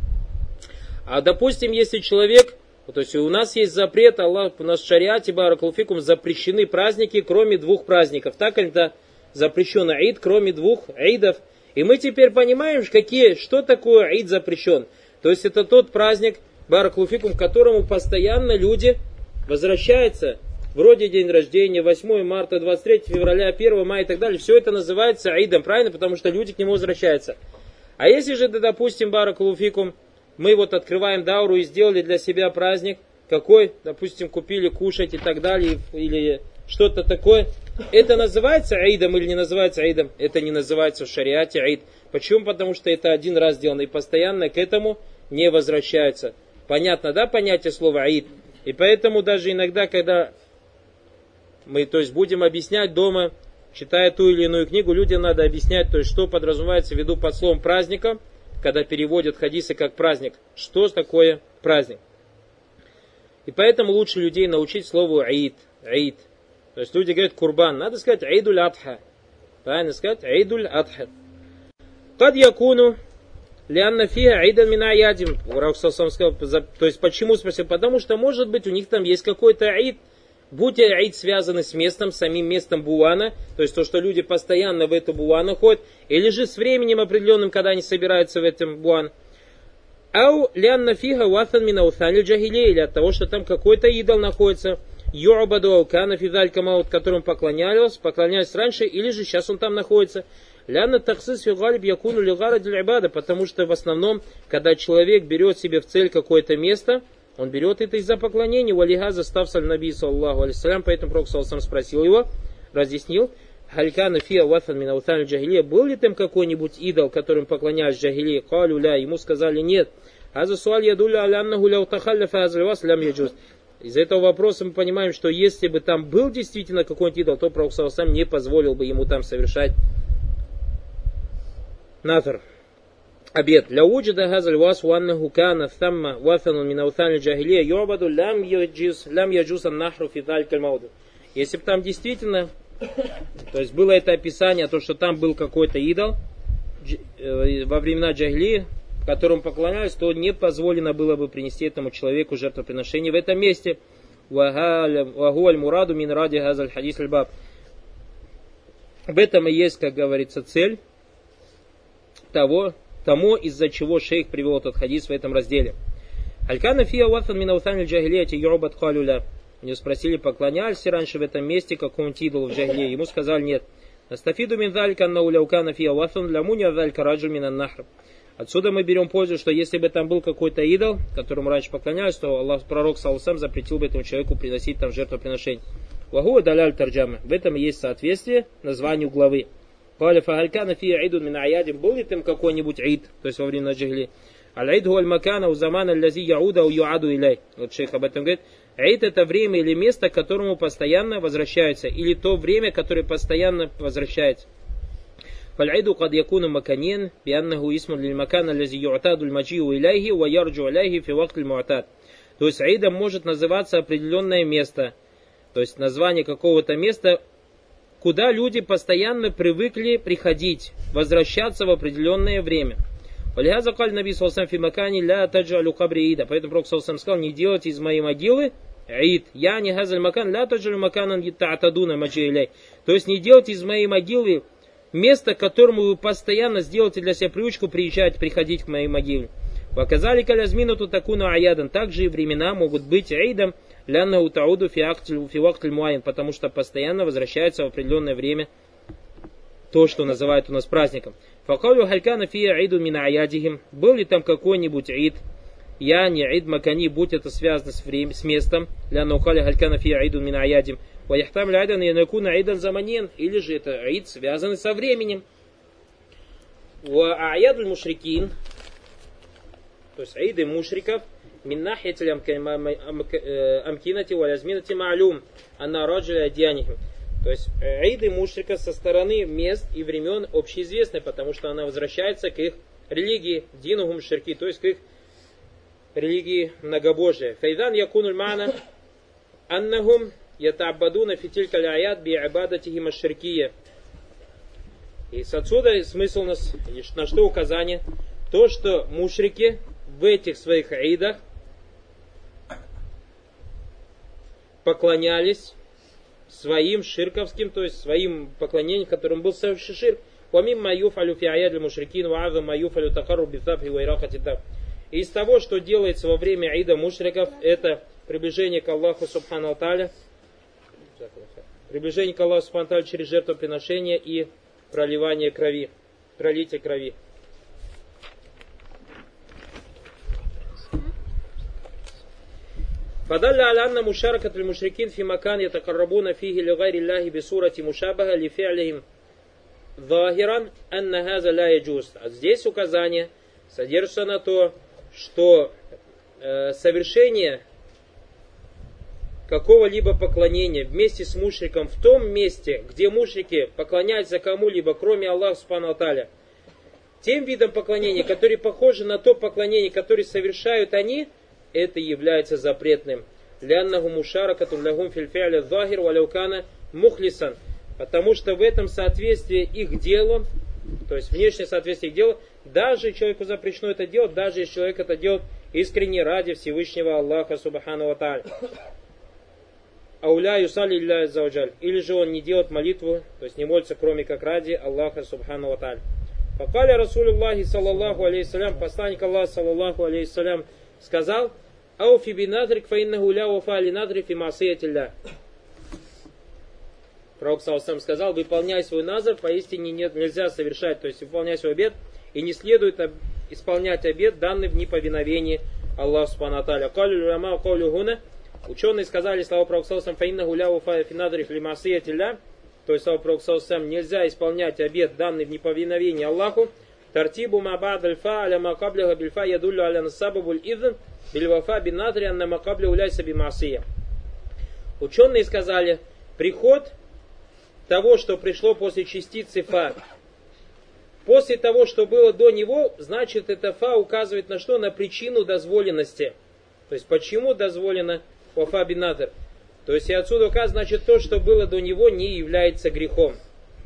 А допустим, если человек, то есть у нас есть запрет, Аллах, у нас в шариате, баракалуфикум, запрещены праздники, кроме двух праздников. Так это запрещен аид, кроме двух аидов. И мы теперь понимаем, какие, что такое аид запрещен. То есть это тот праздник, баракалуфикум, к которому постоянно люди возвращаются. Вроде день рождения, восьмое марта, двадцать третьего февраля, первого мая и так далее. Все это называется аидом, правильно? Потому что люди к нему возвращаются. А если же, допустим, баракалуфикум, мы вот открываем дауру и сделали для себя праздник, какой, допустим, купили кушать и так далее, или что-то такое, это называется аидом или не называется аидом? Это не называется в шариате аид. Почему? Потому что это один раз сделано и постоянно к этому не возвращается. Понятно, да, понятие слова аид? И поэтому даже иногда, когда мы, то есть, будем объяснять дома, читая ту или иную книгу, людям надо объяснять, то есть, что подразумевается в виду под словом праздника, когда переводят хадисы как праздник. Что такое праздник? И поэтому лучше людей научить слову аид. Аид. То есть люди говорят курбан. Надо сказать аидуль адха. Правильно сказать аидуль адха. Кад якуну лианна фиха аидан мин аядим. То есть почему спросил? Потому что может быть у них там есть какой-то аид. Будь аид связаны с местом, самим местом буана, то есть то, что люди постоянно в эту буану ходят, или же с временем определенным, когда они собираются в этом буан. Ау лянна фиха ватан мин аутхани джахилия, или от того, что там какой-то идол находится, ю'абаду аукана фидаль камаут, которому поклонялись, поклонялись раньше, или же сейчас он там находится. Лянна таксис фигалиб якуну лигара диль ибада, потому что в основном, когда человек берет себе в цель какое-то место, он берет это из-за поклонения. Валиха заставсаль наби саллаху алейсалям. Поэтому пророк саллаху спросил его, разъяснил. Халькана фиа ватфан мин аутан джахилия. Был ли там какой-нибудь идол, которым поклонялись джахилии? Калю ля. Ему сказали нет. Аза суаль ядуля аляннаху ля утахалляфа азревас лям яджуз. Из этого вопроса мы понимаем, что если бы там был действительно какой-нибудь идол, то пророк саллаху не позволил бы ему там совершать нафр. обед. Ля уджида газаль вас уаннаху кана тамма вафану мин аутани джахилия юабаду лям яджус лям яджус аннахру фи далькаль мауду. Если бы там действительно, то есть было это описание, то, что там был какой-то идол во времена джахилии, которому поклонялись, то не позволено было бы принести этому человеку жертвоприношение в этом месте. Вагуаль мураду мин ради газаль хадис аль-баб. В этом и есть, как говорится, цель того, тому, из-за чего шейх привел этот хадис в этом разделе. Алькана фия вафан мин аутани джахилияти юрбат халюля. У него спросили, поклонялись раньше в этом месте какому-нибудь идолу в джахилии? Ему сказали нет. Астафиду мин залька науляукана фия вафан лямуня залька раджу мин аннахр. Отсюда мы берем пользу, что если бы там был какой-то идол, которому раньше поклонялись, то Аллах, пророк саллаллаху запретил бы этому человеку приносить там жертвоприношение. Вагуа даляль тарджама. В этом есть соответствие названию главы. Был ли там какой-нибудь ид, то есть во время джахилии? Аль-ид хуа аль-макана у замана аллази яуда у юаду иляй. Вот шейх об этом говорит. Ид это время или место, к которому постоянно возвращаются, или то время, которое постоянно возвращается. فالعيد قد يكون مكانيا بأنه اسم للمكان الذي يعتاد المجيء إليه ويرجع إليه في وقت المعتاد. То есть аидом может называться определенное место, то есть название какого-то места, куда люди постоянно привыкли приходить, возвращаться в определенное время. Поэтому Пророк саллаллаху сказал, не делайте из моей могилы аид. Я не газаль макан, ля таджалю маканан ятта'тадуна маджи иляй. То есть не делайте из моей могилы место, к которому вы постоянно сделаете для себя привычку приезжать, приходить к моей могиле. Показали калязмину тут такую аядан. Также и времена могут быть аидом, лянна утауду фивактиль муайн, потому что постоянно возвращается в определенное время то, что называют у нас праздником. Факалю халькана фия аиду мина аядихим. Был ли там какой-нибудь аид? Я не аид макани, будь это связано с, врем- с местом. Лянна ухали халькана фия аиду мина аядим. Ваяхтам ляйдан янакуна аидан заманен. Или же это аид, связанный со временем. Ва аядуль мушрикин. То есть аиды мушриков. Мин нахьятиль амкинати валязминати ма'люм. Анна раджуля адьянихим. То есть аиды мушрика со стороны мест и времен общеизвестны, потому что она возвращается к их религии, динугум ширки, то есть к их религии многобожия. Файдан якунуль мана аннахум ятабадуна фитилька ляят би абадатихим аширкия. И с отсюда смысл у нас, на что указание, то, что мушрики в этих своих аидах поклонялись своим ширковским, то есть своим поклонением, которым был совершен ширк. И из того, что делается во время аида мушриков, это приближение к Аллаху субхану тааля, приближение к Аллаху субхану тааля через жертвоприношение и проливание крови, пролитие крови. فدل على أن مشاركة المشركين في مكان يتقربون فيه لغير الله بصورة مشابهة لفعلهم ظاهرا أن هذا لا يجوز. А здесь указание содержится на то, что э, совершение какого-либо поклонения вместе с мушриком в том месте, где мушрики поклоняются кому-либо, кроме Аллаха субхану ва тааля, тем видом поклонения, которые похожи на то поклонение, которое совершают они, это является запретным. Ляннаху мушаракатун лягум фил фи'ля захир валяукана мухлисан. Потому что в этом соответствии их делу, то есть внешнее соответствие их делу, даже человеку запрещено это делать, даже если человек это делает искренне ради Всевышнего Аллаха субхану ва тааля. Ауля юсали илля аззаваджаль. Или же он не делает молитву, то есть не молится, кроме как ради Аллаха субхану ва тааля. Факаля Расулюллахи саллаллаху алейхиссалям, посланник Аллаха саллаллаху алейхиссалям сказал: Ауфи бинадрик фаиннаху ля вафа ли надри фи масиятилля. Пророк саллаллаху сказал: выполняй свой назр, поистине нет, нельзя совершать, то есть выполняй свой обет, и не следует исполнять обет, данный в неповиновении Аллаху субхану ва тааля. Калю лама калю хуна. Ученые сказали слова пророка саллаллаху фаиннаху ля вафа фи надри фи масиятилля. То есть слова пророка саллаллаху нельзя исполнять обет, данный в неповиновении Аллаху. Тартибу ма ба'д аль-фа аля ма кабляха биль-фа ядуллю аля насабабуль идн биль-вафа бин-надри анна ма кабля уляйса би-масия. Ученые сказали, приход того, что пришло после частицы фа, после того, что было до него, значит, это фа указывает на что? На причину дозволенности. То есть, почему дозволено вафа бинадр? То есть, и отсюда указано, значит, то, что было до него, не является грехом.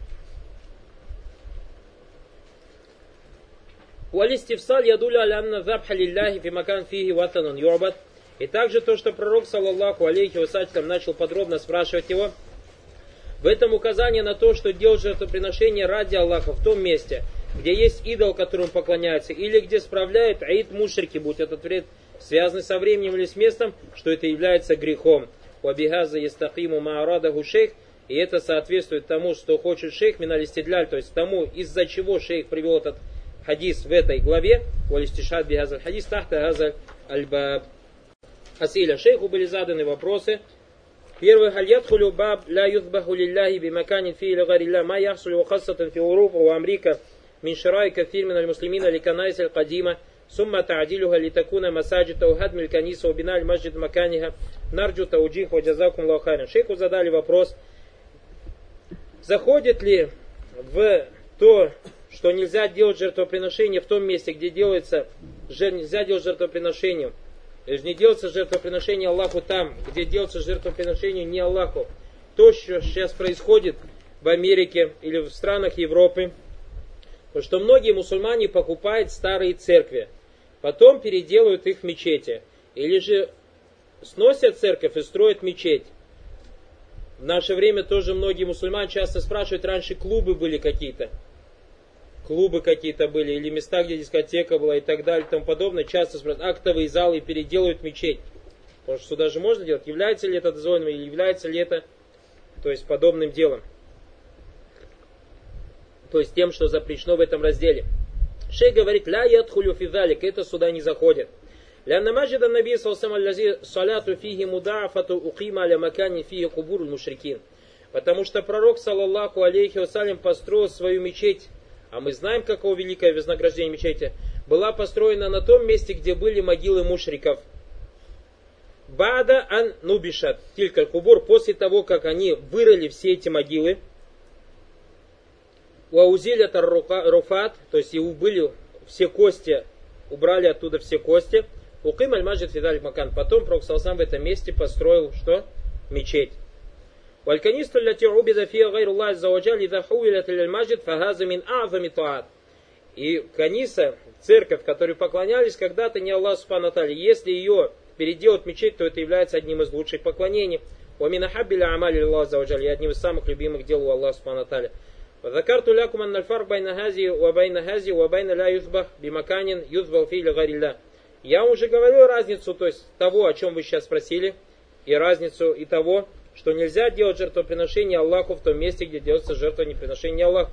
Уалистифсаль ядуля алянна забха лилляхи фи макан фиги ватанун юрбат. И также то, что пророк, саллаллаху алейхи вассалям, начал подробно спрашивать его, в этом указание на то, что делать жертвоприношение ради Аллаха в том месте, где есть идол, которому поклоняется, или где справляют аид мушрики, будь этот вред связанный со временем или с местом, что это является грехом. Уабихаза ястахиму маарадаху шейх, и это соответствует тому, что хочет шейх миналистидляль, то есть тому, из-за чего шейх привел этот хадис в этой главе, уалистишад бихазаль хадис тахта газаль альбаб. Асиля, шейху были заданы вопросы. Первый, халь ядхулю баб ла юзбаху лилляхи бимаканин фи или гарилля ма яхсулю хассатан фи уруфа у амрика мин ширай кафир мин аль-муслимина ли канайс аль-кадима сумма та'адилюха ли такуна масаджита у хадмиль каниса у биналь маджид маканиха нарджу тауджих ва джазакум лахарин. Шейху задали вопрос, заходит ли в то, что нельзя делать жертвоприношение в том месте, где делается, нельзя делать жертвоприношение, не делается жертвоприношение Аллаху там, где делается жертвоприношение не Аллаху. То, что сейчас происходит в Америке или в странах Европы, то, что многие мусульмане покупают старые церкви, потом переделывают их в мечети, или же сносят церковь и строят мечеть. В наше время тоже многие мусульмане часто спрашивают, раньше клубы были какие-то, клубы какие-то были, или места, где дискотека была и так далее и тому подобное, часто спрашивают, актовые залы и переделывают мечеть. Потому что сюда же можно делать, является ли это дозволенным, или является ли это, то есть, подобным делом. То есть, тем, что запрещено в этом разделе. Шейх говорит, ля ядхулю фи залик, это сюда не заходит. Лянна маджида наби салсам аллази саляту фиги мудаафату уқима аля макани фиги кубуру мушрикин. Потому что пророк, саллаллаху алейхи вассалям, построил свою мечеть, а мы знаем, какое великое вознаграждение мечети, была построена на том месте, где были могилы мушриков. Бада ан нубишат тилькаль кубур, после того, как они вырыли все эти могилы, уаузилят руфат, то есть и убыли все кости, убрали оттуда все кости, уким аль-маджид фидаль макан. Потом пророк салсам в этом месте построил что? Мечеть. Вальканисту ляти убида фия гайруллах аззаваджаль идha хуилят аль-маджид фагаза мин а'зами таат. И каниса, церковь, которой поклонялись когда-то не Аллах субхану ва тааля, если ее переделать мечеть, то это является одним из лучших поклонений. Ва мин ахаббиля амали Аллах аззаваджаль, и одним из самых любимых дел у Аллаха субхану ва тааля. وذكرت لكم أن الفرق بين هذه وبين هذه وبين لا يذبح بمكان يذبح فيه لغير الله. Я уже говорил разницу, то есть того, о чем вы сейчас спросили, и разницу и того, что нельзя делать жертвоприношение Аллаху в том месте, где делается жертвоприношение Аллаху.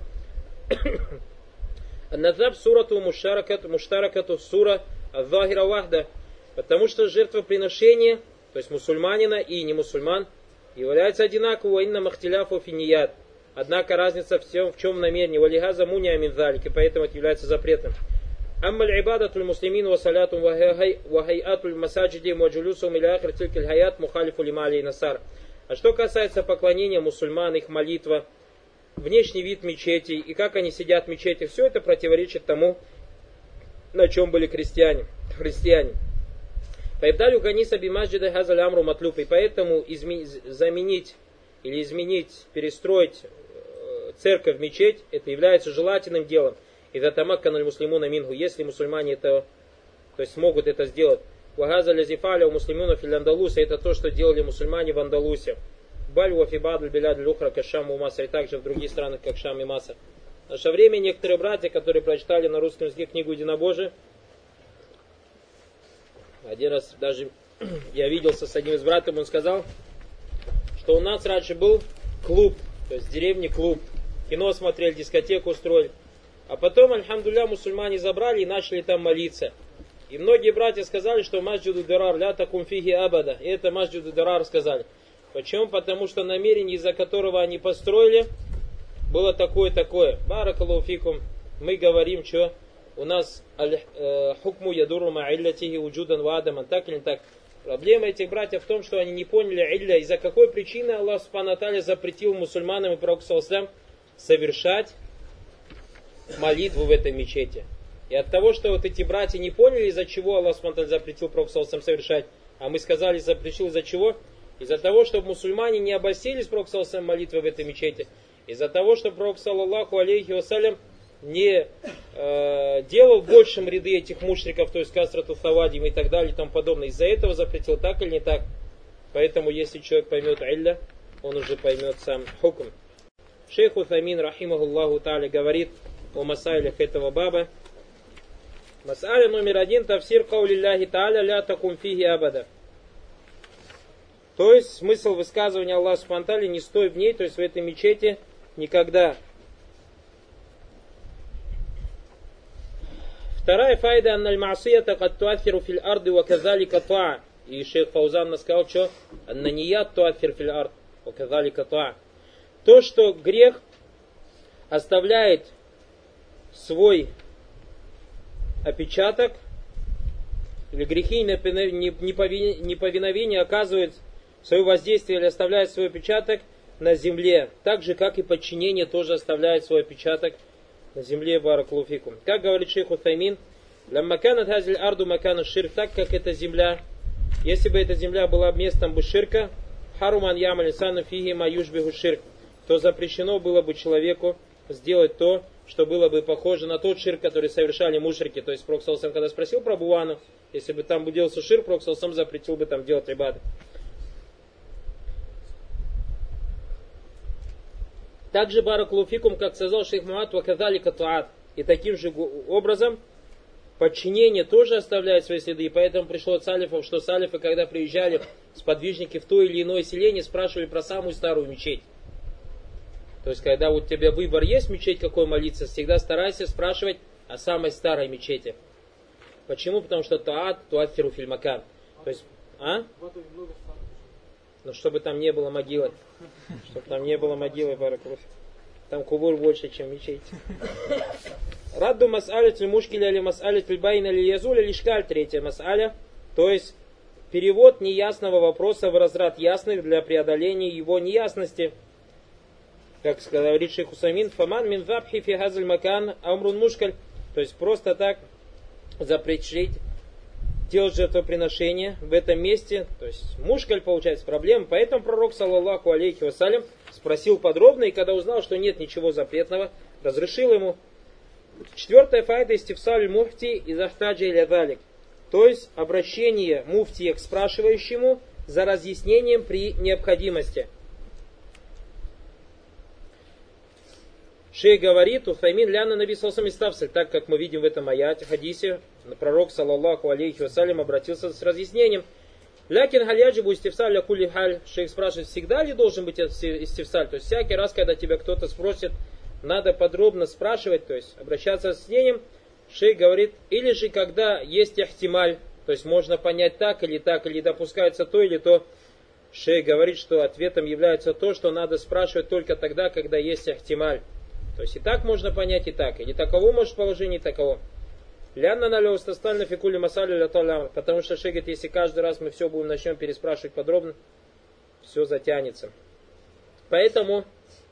Назаб сурату муштаракату муштаракату сура аззахира вахда. Потому что жертвоприношение, то есть мусульманина и не мусульман, является одинаково инна махтиляфу финият. Однако разница в чем, в чем намерение. Валихаза муния минзалик, и поэтому это является запретным. Аммаль ибадатуль муслимин ва салятум ва хайатуль масаджиди ва джулюсум иля ахир тилькаль хаят мухалифу лима алей насар. А что касается поклонения мусульман, их молитва, внешний вид мечетей и как они сидят в мечети, все это противоречит тому, на чем были крестьяне, христиане. Поэтому каниса бимаджида хазаль амру матлюб, и поэтому изме, заменить или изменить, перестроить церковь в мечеть, это является желательным делом. И затамакканаль муслимуна мингу, если мусульмане это, то есть смогут это сделать. Вагаза лязифаля у муслимунов или Андалуса, это то, что делали мусульмане в Андалусе. Бальва фибадль беляд люхра кашам у Масар, и также в других странах, как Шам и Масар. В наше время некоторые братья, которые прочитали на русском языке книгу Единобожия, один раз даже я виделся с одним из братьев, он сказал, что у нас раньше был клуб, то есть в деревне клуб, кино смотрели, дискотеку устроили. А потом, альхамдулля, мусульмане забрали и начали там молиться. И многие братья сказали, что масджиду дарар ля такум фиги абада. И это масджиду дарар сказали. Почему? Потому что намерение, из-за которого они построили, было такое-такое. Баракаллаху фикум. Мы говорим, что у нас хукму ядуру ма'иллятихи уджудан ва адаман. Так или не так? Проблема этих братьев в том, что они не поняли илля, из-за какой причины Аллах субхану ва тааля запретил мусульманам и пророку саллаллаху алейхи ва саллям совершать молитву в этой мечети. И от того, что вот эти братья не поняли, из-за чего Аллах субхану ва тааля запретил Пророку саллаллаху алейхи ва саллям совершать, а мы сказали, запретил из-за чего? Из-за того, чтобы мусульмане не обольстились Пророку саллаллаху алейхи ва саллям молитвой в этой мечети. Из-за того, что Пророк саллаллаху алейхи ва саллям не э, делал большим ряды этих мушриков, то есть касрату тавадим и так далее и тому подобное. Из-за этого запретил, так или не так. Поэтому, если человек поймет илля, он уже поймет сам хукм. Шейх Утамин, рахимахуллаху тааля, говорит о масайлях этого баба. Масаля номер один, тафсир каулилляхи тааля ля такум фиги абада. То есть смысл высказывания Аллаха субхану ва тааля: не стой в ней, то есть в этой мечети никогда. Вторая файда: анналь маасията кад туафиру фил арды ва казалика таа. И шейх Фаузан нас сказал, что аннаният туафир фил ард ва казалика таа. То, что грех оставляет свой опечаток, или грехи и неповиновение оказывают свое воздействие или оставляют свой отпечаток на земле, так же, как и подчинение тоже оставляет свой отпечаток на земле. Баракаллаху фикум. Как говорит шейх Утаймин, «Лямма канат хазиль арду макану ширк», так как эта земля, если бы эта земля была местом бы ширка, харуман ямаль сану фиги ма юшбиху ширк, то запрещено было бы человеку сделать то, что было бы похоже на тот ширк, который совершали мушрики. То есть Пророк саллаллаху алейхи ва саллям, когда спросил про Буану, если бы там делался ширк, Пророк саллаллаху алейхи ва саллям запретил бы там делать ибады. Также баракаллаху фикум, как сказал шейх Муад, ва казалика туат. И таким же образом подчинение тоже оставляет свои следы. И поэтому пришло от салифов, что салифы, когда приезжали сподвижники в то или иное селение, спрашивали про самую старую мечеть. То есть, когда вот у тебя выбор есть, мечеть какой молиться, всегда старайся спрашивать о самой старой мечети. Почему? Потому что таат, туафиру филь макан. То есть, а? Ну, чтобы там не было могилы. Чтобы там не было могилы, баракаллаху. Там кубур больше, чем мечеть. Радду мас'алят мушкиля или мас'алят байна или язуля лишкаль, третья мас'аля. То есть, перевод неясного вопроса в разряд ясных для преодоления его неясности. Как говорит шейх Усамин, фаман мин вабхи фи хазаль макан амрун мушкаль. То есть просто так запретить делать жертвоприношение в этом месте. То есть мушкаль получается проблема. Поэтому пророк саллаллаху алейхи ва саллям спросил подробно, и когда узнал, что нет ничего запретного, разрешил ему. Четвертая файда истифсаль муфти из ахтаджа иля далик. То есть обращение муфтия к спрашивающему за разъяснением при необходимости. Шейх говорит, Уфаймин ляна наби саллаллаху алейхи, так как мы видим в этом аяте, хадисе, пророк саллаллаху алейхи вассалям обратился с разъяснением. Лякин галяджибу истифсаль кулли халь. Шейх спрашивает, всегда ли должен быть истифсаль? То есть всякий раз, когда тебя кто-то спросит, надо подробно спрашивать, то есть обращаться с разъяснением. Шейх говорит, или же когда есть ихтималь, то есть можно понять так или так, или допускается то или то. Шейх говорит, что ответом является то, что надо спрашивать только тогда, когда есть ихтималь. То есть и так можно понять, и так. Или таково может положение, и таково. Лянна налево стастальна фикули масали ляталям. Потому что шейх говорит, если каждый раз мы все будем начнем переспрашивать подробно, все затянется. Поэтому,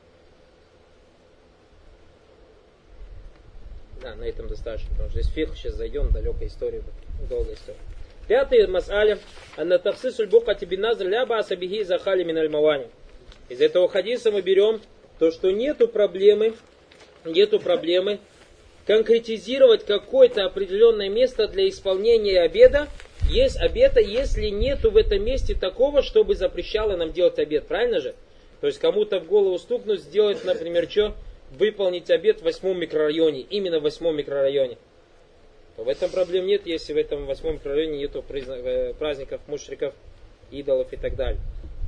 да, на этом достаточно, потому что здесь фикх, сейчас зайдем, далекая история, долгая история. Пятый мас'аля. Анна тафсисуль букати бин назр ля бааса бихи захали мин аль мавани. Из этого хадиса мы берем то, что нету проблемы, нету проблемы конкретизировать какое-то определенное место для исполнения обеда, есть обета, если нету в этом месте такого, чтобы запрещало нам делать обед, правильно же? То есть кому-то в голову стукнуть, сделать, например, что? Выполнить обед в восьмом микрорайоне, именно в восьмом микрорайоне. То в этом проблем нет, если в этом восьмом микрорайоне нету праздников, мушриков, идолов и так далее.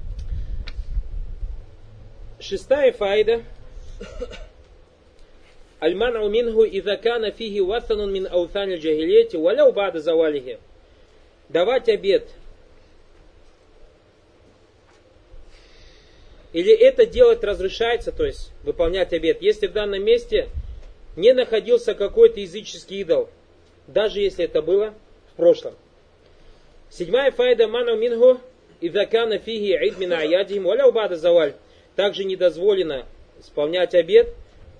Шестая файда. Аль-ману минху иза кана фиги ватанун мин аутаниль джахилияти валяу бада завалихи. Давать обед. Или это делать разрешается, то есть выполнять обед, если в данном месте не находился какой-то языческий идол, даже если это было в прошлом. Седьмая файда ману минху иза кана фиги ид мин аядихим валяу бада заваль. Также недозволено исполнять обед в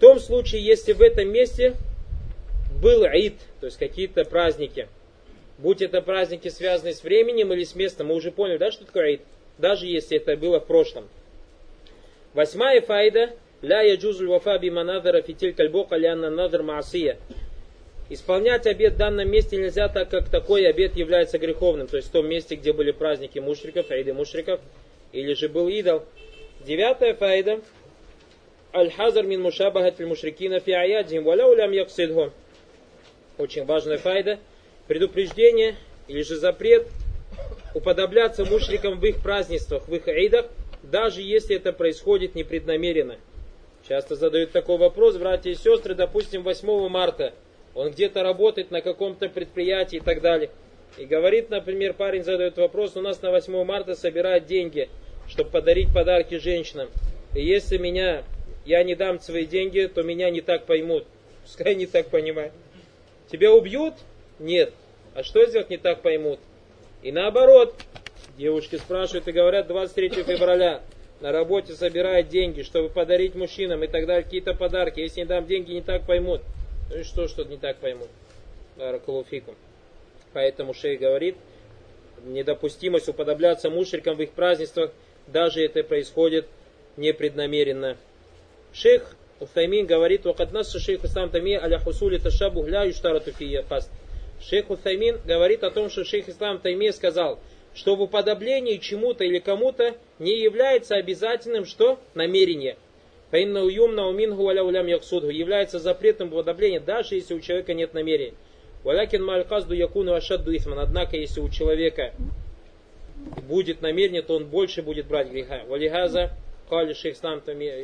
том случае, если в этом месте был ид, то есть какие-то праздники, будь это праздники, связанные с временем или с местом, мы уже поняли, да, что такое ид, даже если это было в прошлом. Восьмая файда. Ля яджузуль вафа бима надара фитиль кальбока лянна надр маасия. Исполнять обет в данном месте нельзя, так как такой обет является греховным. То есть в том месте, где были праздники мушриков, аиды мушриков, или же был идол. Девятая файда. Аль-хазар мин мушабахат фил мушрикина фи аядзим валяу лям яксидху. Очень важная файда. Предупреждение или же запрет уподобляться мушрикам в их празднествах, в их аидах, даже если это происходит непреднамеренно. Часто задают такой вопрос, братья и сестры, допустим, восьмого марта. Он где-то работает на каком-то предприятии и так далее. И говорит, например, парень задает вопрос, у нас на восьмого марта собирают деньги, чтобы подарить подарки женщинам. И если меня, я не дам свои деньги, то меня не так поймут. Пускай не так понимают. Тебя убьют? Нет. А что сделать не так поймут? И наоборот, девушки спрашивают и говорят, двадцать третьего февраля на работе собирают деньги, чтобы подарить мужчинам и так далее, какие-то подарки. Если не дам деньги, не так поймут. Ну и что, что не так поймут? Баракалуфикум. Поэтому шейх говорит, недопустимость уподобляться мушрикам в их празднествах, даже это происходит непреднамеренно. Шейх Уthаймин говорит, «Вакад насса шейх Ислам Тайми аля хусули ташабух ля юштарату фи фаст». Шейх Уthаймин говорит о том, что шейх Ислам Тайми сказал, что в уподоблении чему-то или кому-то не является обязательным, что? Намерение. Фаинна уюмна умингу валя улям яксудху. Является запретом уподобления, даже если у человека нет намерения. Валякин ма'аль-казду якуну ашадду исман. Однако, если у человека будет намерение, то он больше будет брать греха. Валихаза кали шейх Ислам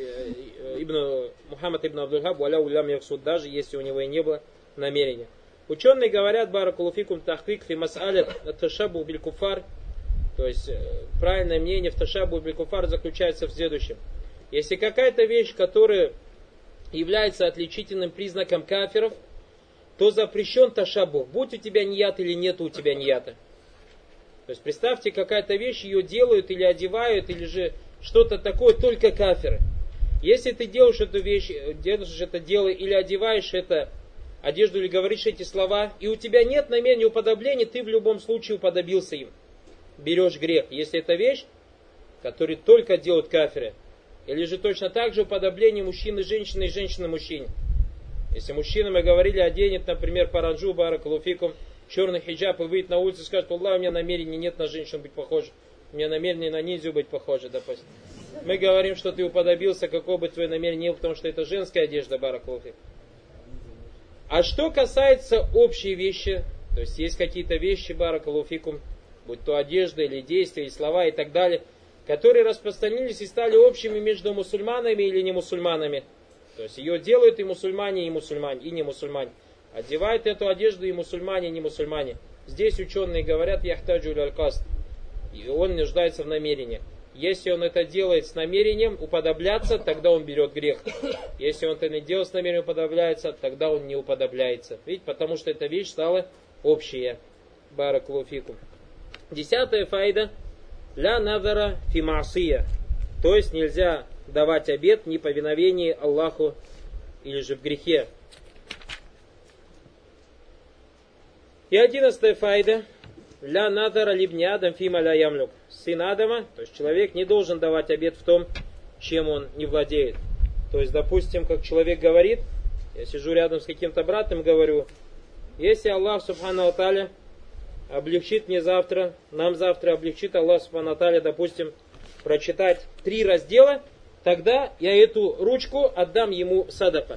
ибн Мухаммад ибн Абдул-Хаб валя улям яксуд. Даже если у него и не было намерения. Ученые говорят, баракулуфикум тахкик фи мас'алят ташабу биль куфар. То есть правильное мнение в ташабу биль куфар заключается в следующем. Если какая-то вещь, которая является отличительным признаком кафиров, то запрещен ташабу. Будь у тебя ният или нет у тебя нията. То есть представьте, какая-то вещь, ее делают или одевают, или же что-то такое, только кафиры. Если ты делаешь эту вещь, делаешь это дело или одеваешь это одежду или говоришь эти слова, и у тебя нет намерения уподобления, ты в любом случае уподобился им. Берешь грех. Если это вещь, которую только делают кафиры. Или же точно так же уподобление мужчины женщины и женщины мужчине. Если мужчина, мы говорили, оденет, например, паранджу, баракалуфикум, черный хиджаб и выйдет на улицу и скажет, Аллах, у меня намерения нет на женщину быть похожим. У меня намерение на ниндзю быть похоже, допустим. Мы говорим, что ты уподобился, какое бы твое намерение ни было, потому что это женская одежда, баракалуфикум. А что касается общей вещи, то есть есть какие-то вещи, баракалуфикум, будь то одежда или действия, или слова и так далее, которые распространились и стали общими между мусульманами или не мусульманами. То есть ее делают и мусульмане, и мусульмане, и не мусульмане. Одевают эту одежду и мусульмане, и не мусульмане. Здесь ученые говорят, яхтаджу аль-каст, и он нуждается в намерении. Если он это делает с намерением уподобляться, тогда он берет грех. Если он это не делает с намерением уподобляется, тогда он не уподобляется. Видите, потому что эта вещь стала общая. Баракалуфикум. Десятая файда. Ля назара фи маасия. То есть нельзя давать обет в неповиновении Аллаху или же в грехе. И одиннадцатая файда. Ля надара либни адам фима ля ямлюк. Сын Адама, то есть человек не должен давать обет в том, чем он не владеет. То есть, допустим, как человек говорит, я сижу рядом с каким-то братом и говорю, если Аллах Субхану ва Тааля облегчит мне завтра, нам завтра облегчит Аллах Субхану ва Тааля, допустим, прочитать три раздела, тогда я эту ручку отдам ему садака.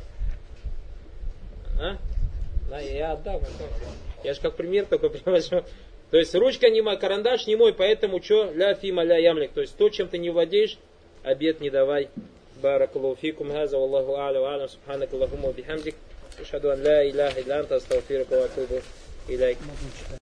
А? Да, я отдам. Я же как пример только привожу. То есть ручка не моя, карандаш не мой, поэтому что? Ля фима ля ямлик. То есть то, чем ты не владеешь, обет не давай. Баракаллаху фикум. Хаза валлаху а'ля ва а'лям. Субханак Аллахумма бихамдик. Ашхаду ан ля иляха илля анта астагфирука ва атубу иляйк.